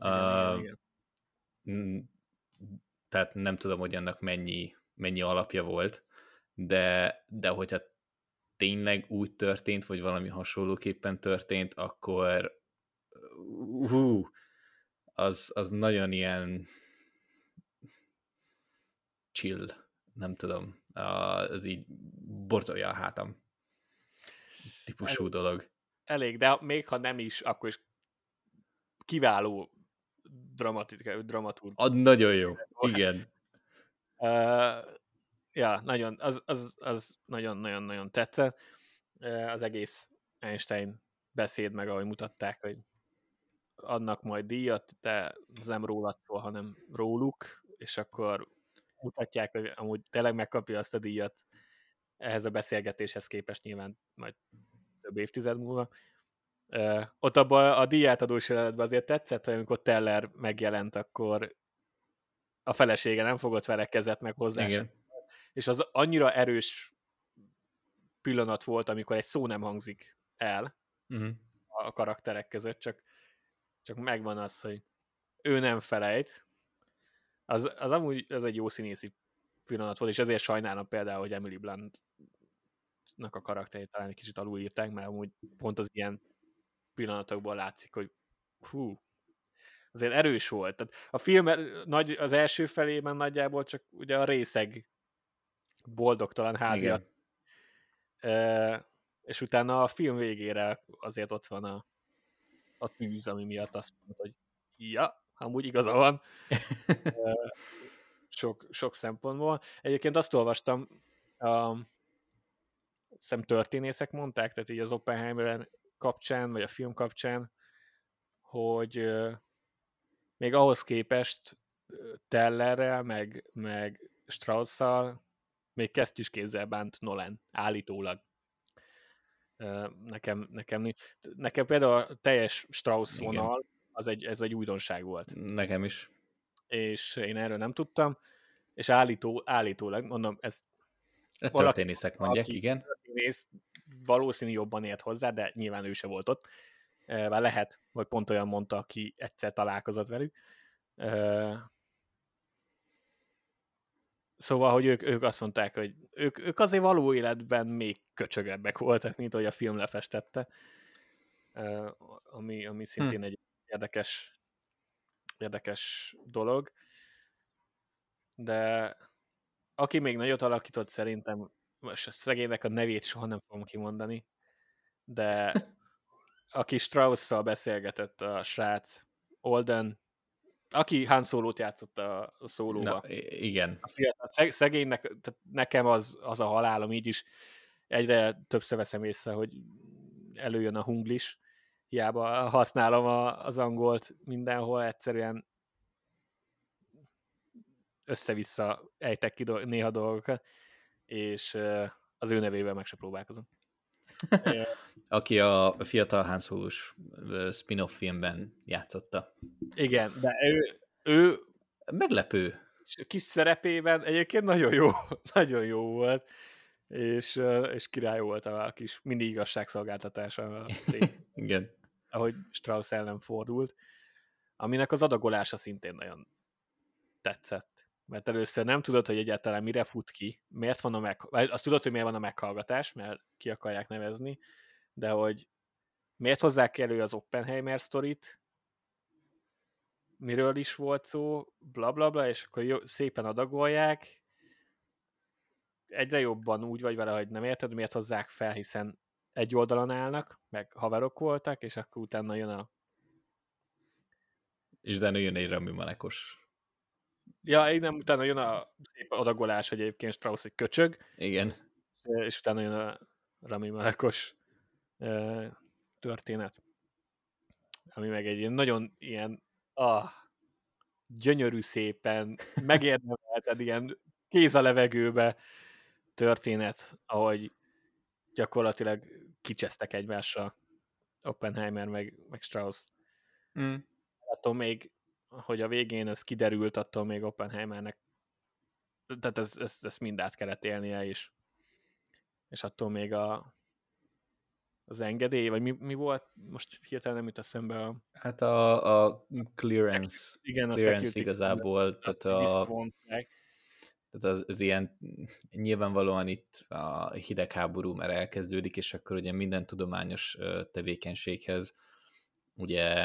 Igen. Tehát nem tudom, hogy annak mennyi alapja volt, de hogyha tényleg úgy történt, vagy valami hasonlóképpen történt, akkor az nagyon ilyen chill, nem tudom, az így borzolja a hátam típusú dolog. Elég, de még ha nem is, akkor is kiváló dramaturg. Nagyon jó, igen. Ja, nagyon, az nagyon-nagyon tetszett. Az egész Einstein beszéd, meg ahogy mutatták, hogy adnak majd díjat, de az nem rólad szól, hanem róluk, és akkor mutatják, hogy amúgy tényleg megkapja azt a díjat ehhez a beszélgetéshez képest nyilván majd több évtized múlva. Ott abban a díjátadós jelenetben azért tetszett, hogy amikor Teller megjelent, akkor a felesége nem fogott vele kezet meg hozzá. És az annyira erős pillanat volt, amikor egy szó nem hangzik el a karakterek között, csak megvan az, hogy ő nem felejt. Az amúgy ez egy jó színészi pillanat volt, és ezért sajnálom például, hogy Emily Bluntnak a karakterét talán egy kicsit alulírták, mert amúgy pont az ilyen pillanatokból látszik, hogy azért erős volt. Tehát a film az első felében nagyjából csak ugye a részeg boldogtalan háziat, és utána a film végére azért ott van a tűz, ami miatt azt mondod, hogy ja, amúgy igaza van. Sok szempontból. Egyébként azt olvastam, hiszem történészek mondták, tehát így az Oppenheimer kapcsán, vagy a film kapcsán, hogy még ahhoz képest Tellerrel, meg Strauss-szal még kesztyűskézzel bánt Nolan, állítólag. Nekem például a teljes Strauss vonal, ez egy újdonság volt. Nekem is. És én erről nem tudtam, és állítólag, mondom, ez történészek mondják, igen. Történész valószínű jobban ért hozzá, de nyilván ő se volt ott. Bár lehet, vagy pont olyan mondta, aki egyszer találkozott velük. Szóval, hogy ők azt mondták, hogy ők azért való életben még köcsögebbek voltak, mint ahogy a film lefestette. Ami szintén egy érdekes dolog. De aki még nagyot alakított, szerintem, most a szegénynek a nevét soha nem fogom kimondani, de aki Strauss-szal beszélgetett, a srác, Olden, aki Han Solo-t játszott a szólóba. Igen. A fiatal szegénynek, tehát nekem az a halálom, így is egyre többször veszem észre, hogy előjön a hunglis, hiába használom az angolt mindenhol, egyszerűen össze-vissza ejtek ki néha dolgokat, és az ő nevével meg se próbálkozom. Aki a fiatal Han Solo-s spin-off filmben játszotta. Igen, de ő meglepő. Kis szerepében egyébként nagyon jó volt, és király volt a kis mini igazságszolgáltatása. Igen. Ahogy Strauss ellen fordult, aminek az adagolása szintén nagyon tetszett. Mert először nem tudod, hogy egyáltalán mire fut ki, miért van azt tudod, hogy miért van a meghallgatás, mert ki akarják nevezni, de hogy miért hozzák elő az Oppenheimer sztorit, miről is volt szó, blablabla, bla, bla, és akkor szépen adagolják. Egyre jobban úgy vagy vele, hogy nem érted, miért hozzák fel, hiszen egy oldalon állnak, meg haverok voltak, és akkor utána jön és utána jön egy Rami Malekos. Ja, nem, utána jön a szép adagolás, hogy egyébként Strauss egy köcsög. Igen. És utána jön Rami Malekos történet, ami meg egy ilyen nagyon ilyen gyönyörű szépen, megérdemelted ilyen kéz a levegőbe történet, ahogy gyakorlatilag kicsesztek egymásra Oppenheimer meg Strauss. Attól még, hogy a végén ez kiderült, attól még Oppenheimernek, tehát ezt mind át kellett élnie is. És attól még az engedély, vagy mi volt? Most hirtelen nem jut eszembe a... Hát a clearance. Igen, a clearance security igazából, azt tehát visszavonták. tehát az ilyen, nyilvánvalóan itt a hidegháború már elkezdődik, és akkor ugye minden tudományos tevékenységhez ugye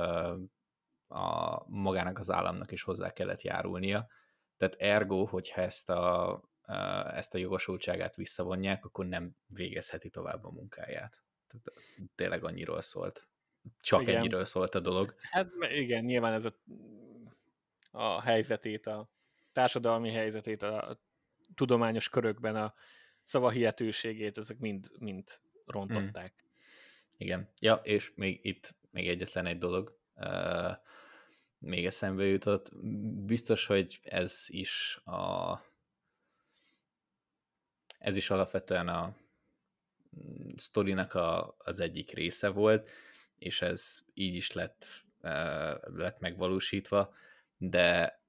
a magának az államnak is hozzá kellett járulnia. Tehát ergo, hogyha ezt a jogosultságát visszavonják, akkor nem végezheti tovább a munkáját. Tehát tényleg annyiról szólt. Csak igen. Ennyiről szólt a dolog. Hát igen, nyilván ez a helyzetét, a társadalmi helyzetét, a tudományos körökben a szavahihetőségét, ezek mind rontották. Igen. Ja, és még egyetlen egy dolog. Még eszembe jutott. Biztos, hogy ez is alapvetően a sztorinak az egyik része volt, és ez így is lett megvalósítva, de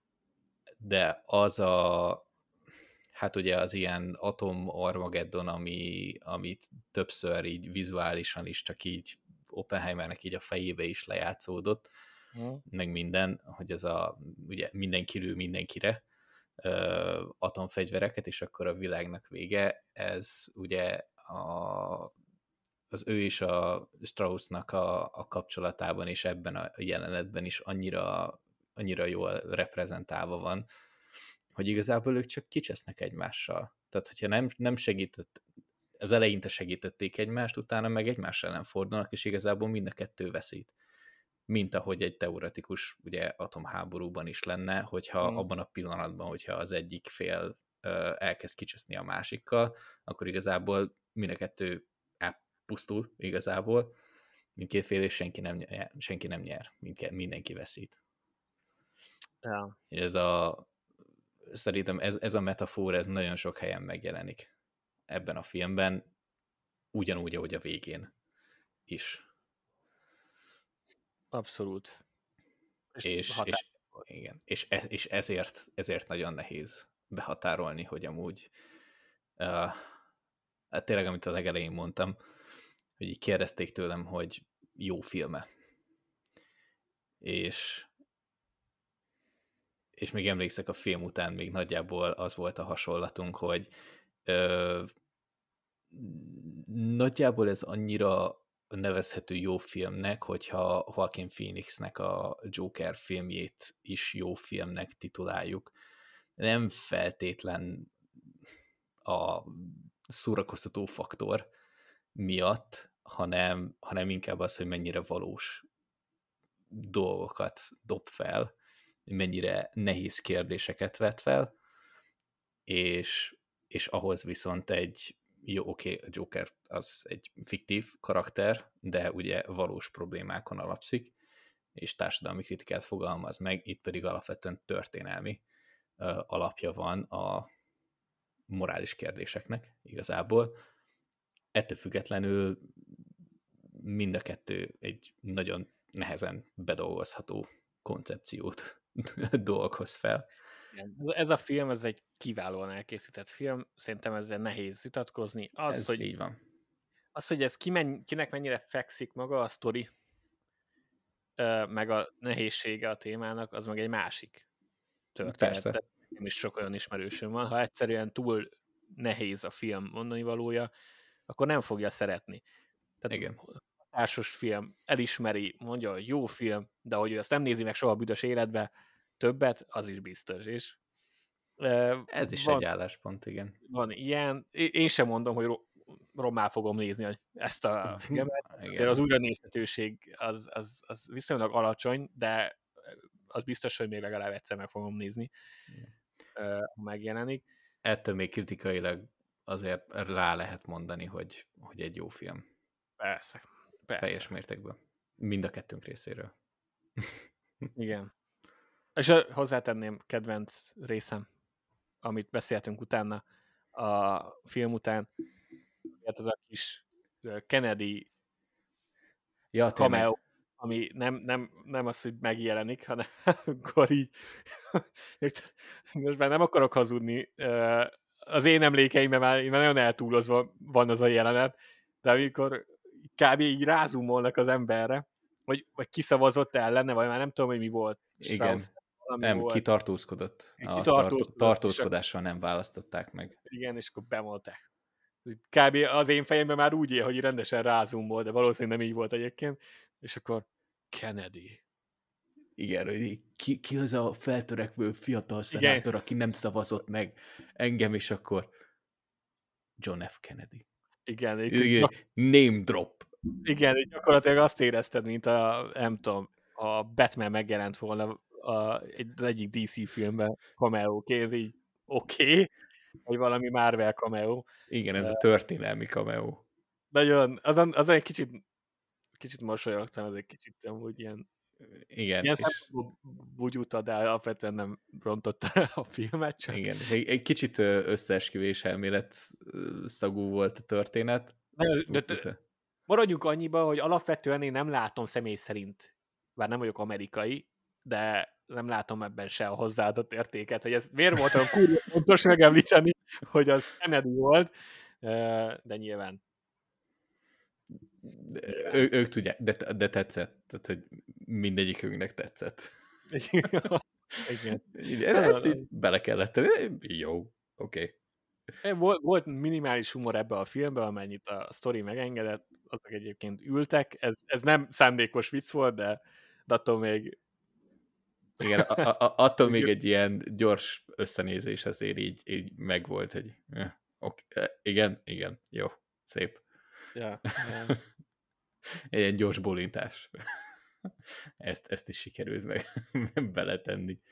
az hát ugye az ilyen Atom Armageddon, amit többször így vizuálisan is csak így Oppenheimernek így a fejébe is lejátszódott, meg minden, hogy ez ugye mindenki lő mindenkire atomfegyvereket, és akkor a világnak vége, ez ugye az ő és a Straussnak a kapcsolatában és ebben a jelenetben is annyira jól reprezentálva van, hogy igazából ők csak kicsesznek egymással. Tehát, hogyha nem segített, az eleinte segítették egymást, utána meg egymás ellen fordulnak, és igazából mind a kettő veszít. Mint ahogy egy teoretikus ugye, atomháborúban is lenne, hogyha abban a pillanatban, hogyha az egyik fél elkezd kicseszni a másikkal, akkor igazából mind a kettő elpusztul igazából, mindkét fél, és senki nem nyer, mindenki veszít. Ja. Szerintem ez a metafor, ez nagyon sok helyen megjelenik ebben a filmben, ugyanúgy, ahogy a végén is. Abszolút. És ezért nagyon nehéz behatárolni, hogy amúgy hát tényleg, amit a legelején mondtam, hogy így kérdezték tőlem, hogy jó filme. És még emlékszek, a film után még nagyjából az volt a hasonlatunk, hogy nagyjából ez annyira nevezhető jó filmnek, hogyha Joaquin Phoenixnek a Joker filmjét is jó filmnek tituláljuk. Nem feltétlen a szórakoztató faktor miatt, hanem inkább az, hogy mennyire valós dolgokat dob fel, mennyire nehéz kérdéseket vet fel, és ahhoz viszont oké, a Joker az egy fiktív karakter, de ugye valós problémákon alapszik, és társadalmi kritikát fogalmaz meg, itt pedig alapvetően történelmi alapja van a morális kérdéseknek igazából. Ettől függetlenül mind a kettő egy nagyon nehezen bedolgozható koncepciót dolgoz fel. Ez a film, ez egy kiválóan elkészített film, szerintem ezzel nehéz vitatkozni. Így van. Az, hogy ez kinek mennyire fekszik maga a sztori, meg a nehézsége a témának, az meg egy másik történet. Persze. Nem is sok olyan ismerősöm van. Ha egyszerűen túl nehéz a film mondani valója, akkor nem fogja szeretni. Tehát igen. A társas film elismeri, mondja, hogy jó film, de hogy ő ezt nem nézi meg soha a büdös életbe többet, az is biztos. És ez is egy álláspont, igen. Van ilyen. Én sem mondom, hogy rommá fogom nézni ezt a filmet. Azért az újranézhetőség az viszonylag alacsony, de az biztos, hogy még legalább egyszer meg fogom nézni, ha megjelenik. Ettől még kritikailag azért rá lehet mondani, hogy egy jó film. Persze. Teljes mértékben. Mind a kettőnk részéről. Igen. És hozzátenném kedvenc részem, amit beszéltünk utána, a film után, hát az a kis Kennedy cameo, ami nem az, hogy megjelenik, hanem akkor így most már nem akarok hazudni, az én emlékeimben már nagyon eltúlozva van az a jelenet, de amikor kb. Így rázumolnak az emberre, vagy kiszavazott ellene, vagy már nem tudom, hogy mi volt. Igen. Nem, volt. kitartózkodott. Tartózkodással nem választották meg. Igen, és akkor bemondták. Kb. Az én fejemben már úgy él, hogy rendesen rázumol, de valószínűleg nem így volt egyébként. És akkor Kennedy. Igen, hogy ki az a feltörekvő fiatal szenátor, aki nem szavazott meg engem, és akkor John F. Kennedy. Igen. Name drop. Igen, gyakorlatilag azt érezted, mint nem tudom, a Batman megjelent volna az egyik DC filmben cameo-ként, így oké, vagy valami Marvel cameo. Igen, ez a történelmi cameo. Nagyon, azon egy kicsit mosolyogtam, ez egy kicsit amúgy ilyen szempontból bugyuta, de alapvetően nem rontotta a filmet csak. Igen, egy kicsit összeesküvés elmélet szagú volt a történet. Maradjunk annyiba, hogy alapvetően én nem látom személy szerint, bár nem vagyok amerikai, de nem látom ebben se a hozzáadott értéket, hogy ez miért volt olyan kurva fontos megemlíteni, hogy az Kennedy volt, de nyilván. Ők tudják, de tetszett. Tehát, hogy mindegyikünknek tetszett. Igen. Ezt így bele kellett tenni. Jó, oké. Volt minimális humor ebbe a filmbe, amennyit a sztori megengedett, azok egyébként ültek. Ez nem szándékos vicc volt, de attól még... Igen, attól még egy ilyen gyors összenézés azért így megvolt, hogy igen, jó, szép. Ja. Egy ilyen gyors bólintás. Ezt is sikerült meg beletenni.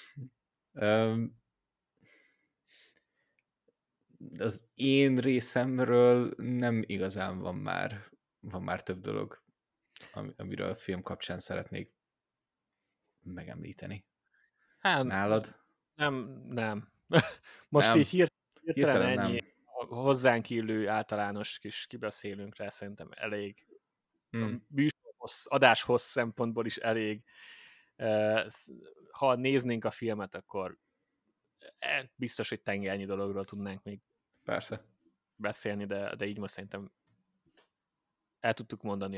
Az én részemről nem igazán van már több dolog, amiről a film kapcsán szeretnék megemlíteni. Nálad? Nem. Most nem. Így hirtelen ennyi nem. Hozzánk illő általános kis kibeszélünkre szerintem elég. Adás-hossz szempontból is elég. Ha néznénk a filmet, akkor biztos, hogy tengernyi dologról tudnánk még Persze beszélni, de így most szerintem el tudtuk mondani,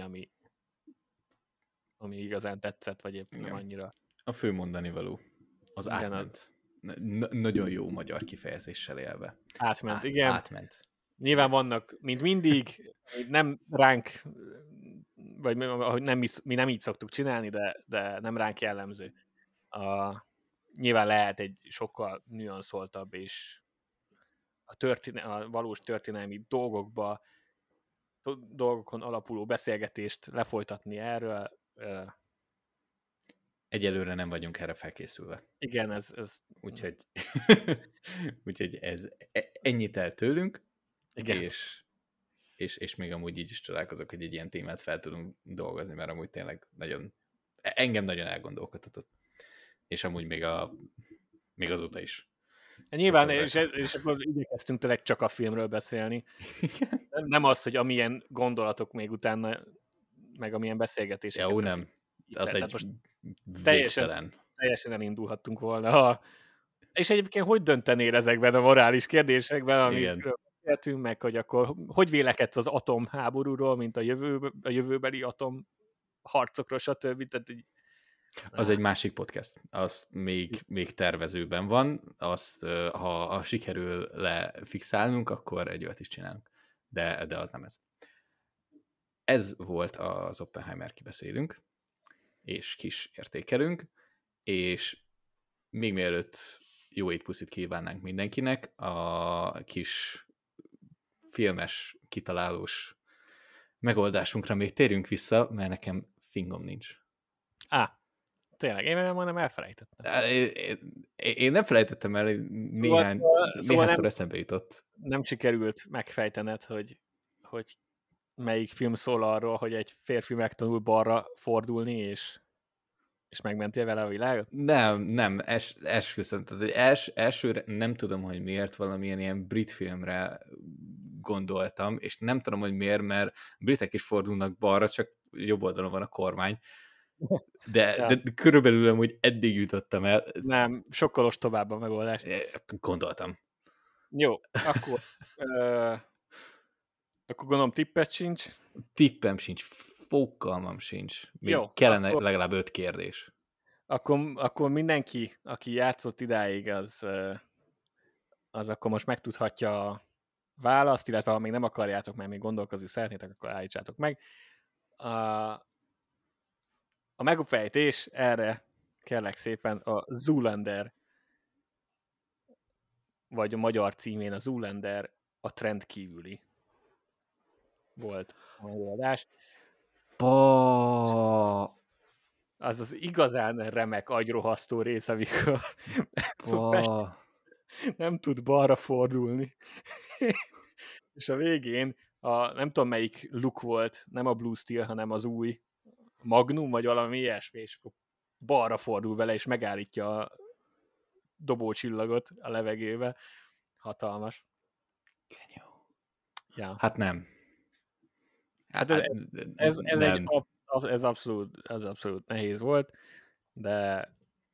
ami igazán tetszett, vagy éppen nem annyira. A fő mondani való. Az átment. Nagyon jó magyar kifejezéssel élve. Átment, igen. Átment. Nyilván vannak, mint mindig, nem ránk, vagy mi nem így szoktuk csinálni, de nem ránk jellemző. Nyilván lehet egy sokkal nüanszoltabb és a valós történelmi dolgokon alapuló beszélgetést lefolytatni erről. Egyelőre nem vagyunk erre felkészülve. Igen, ez... Úgyhogy ez ennyit el tőlünk, igen. És még amúgy így is találkozok, hogy egy ilyen témát fel tudunk dolgozni, mert amúgy tényleg engem nagyon elgondolkodtatott. És amúgy még azóta is. Nyilván, és akkor igyekeztünk tényleg csak a filmről beszélni. Nem az, hogy amilyen gondolatok még utána, meg amilyen beszélgetéseket. Jó, nem. Az egy most végtelen. Teljesen elindulhattunk volna. És egyébként hogy döntenél ezekben a morális kérdésekben, amikről beszéltünk meg, hogy akkor hogy vélekedsz az atomháborúról, mint a jövőbeli atomharcokról, stb. Tehát így... Az egy másik podcast. Az még tervezőben van. Azt, ha sikerül lefixálnunk, akkor egy olyat is csinálunk. De az nem ez. Ez volt az Oppenheimer kibeszélünk, és kis értékelünk, és még mielőtt jó étpuszit kívánnánk mindenkinek, a kis filmes, kitalálós megoldásunkra még térjünk vissza, mert nekem fingom nincs. Tényleg, én majdnem elfelejtettem. Én nem felejtettem el, néhányszor eszembe jutott. Nem sikerült megfejtened, hogy melyik film szól arról, hogy egy férfi megtanul balra fordulni, és megmentél vele a világot? Nem, esküszöm. Elsőre nem tudom, hogy miért valamilyen ilyen brit filmre gondoltam, és nem tudom, hogy miért, mert britek is fordulnak balra, csak jobb oldalon van a kormány. De körülbelül amúgy eddig jutottam el. Nem, sokkal ostobább a megoldás. Gondoltam. Jó, akkor gondolom tippet sincs. Tippem sincs, fogalmam sincs. Még Jó, kellene legalább 5 kérdés. Akkor mindenki, aki játszott idáig, az akkor most megtudhatja a választ, illetve ha még nem akarjátok, mert még gondolkozni szeretnétek, akkor állítsátok meg. A megfejtés erre kérlek szépen a Zoolander, vagy a magyar címén a Zoolander a trend kívüli volt a megoldás. Az az igazán remek agyrohasztó rész, amikor nem tud balra fordulni. És a végén nem tudom melyik look volt, nem a Blue Steel, hanem az új Magnum, vagy valami ilyesmi, és akkor balra fordul vele, és megállítja a dobócsillagot a levegőbe. Hatalmas. Ja. Hát nem. Ez abszolút nehéz volt, de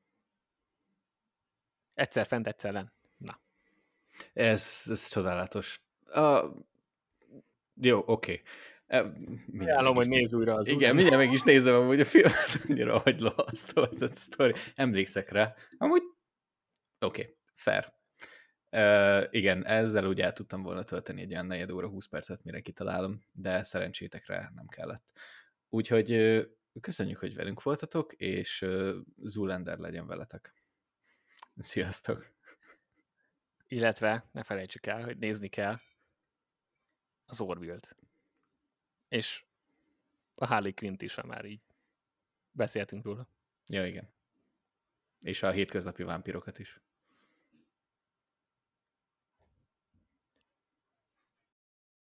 egyszer fent, egyszer len. Na. Ez csodálatos. Jó, oké. Ajánlom, hogy nézz újra az igen, mindjárt meg is nézem amúgy a filmet, annyira agylohasztó az a sztori. Emlékszek rá. Amúgy oké, fair. Igen, ezzel úgy el tudtam volna tölteni egy olyan 4 óra 20 percet, mire kitalálom, de szerencsétekre nem kellett. Úgyhogy köszönjük, hogy velünk voltatok, és Zoolander legyen veletek. Sziasztok! Illetve ne felejtsük el, hogy nézni kell az Orville-t. És a Harley Quinn-t is, ha már így beszéltünk róla. Ja, igen. És a hétköznapi vámpirokat is.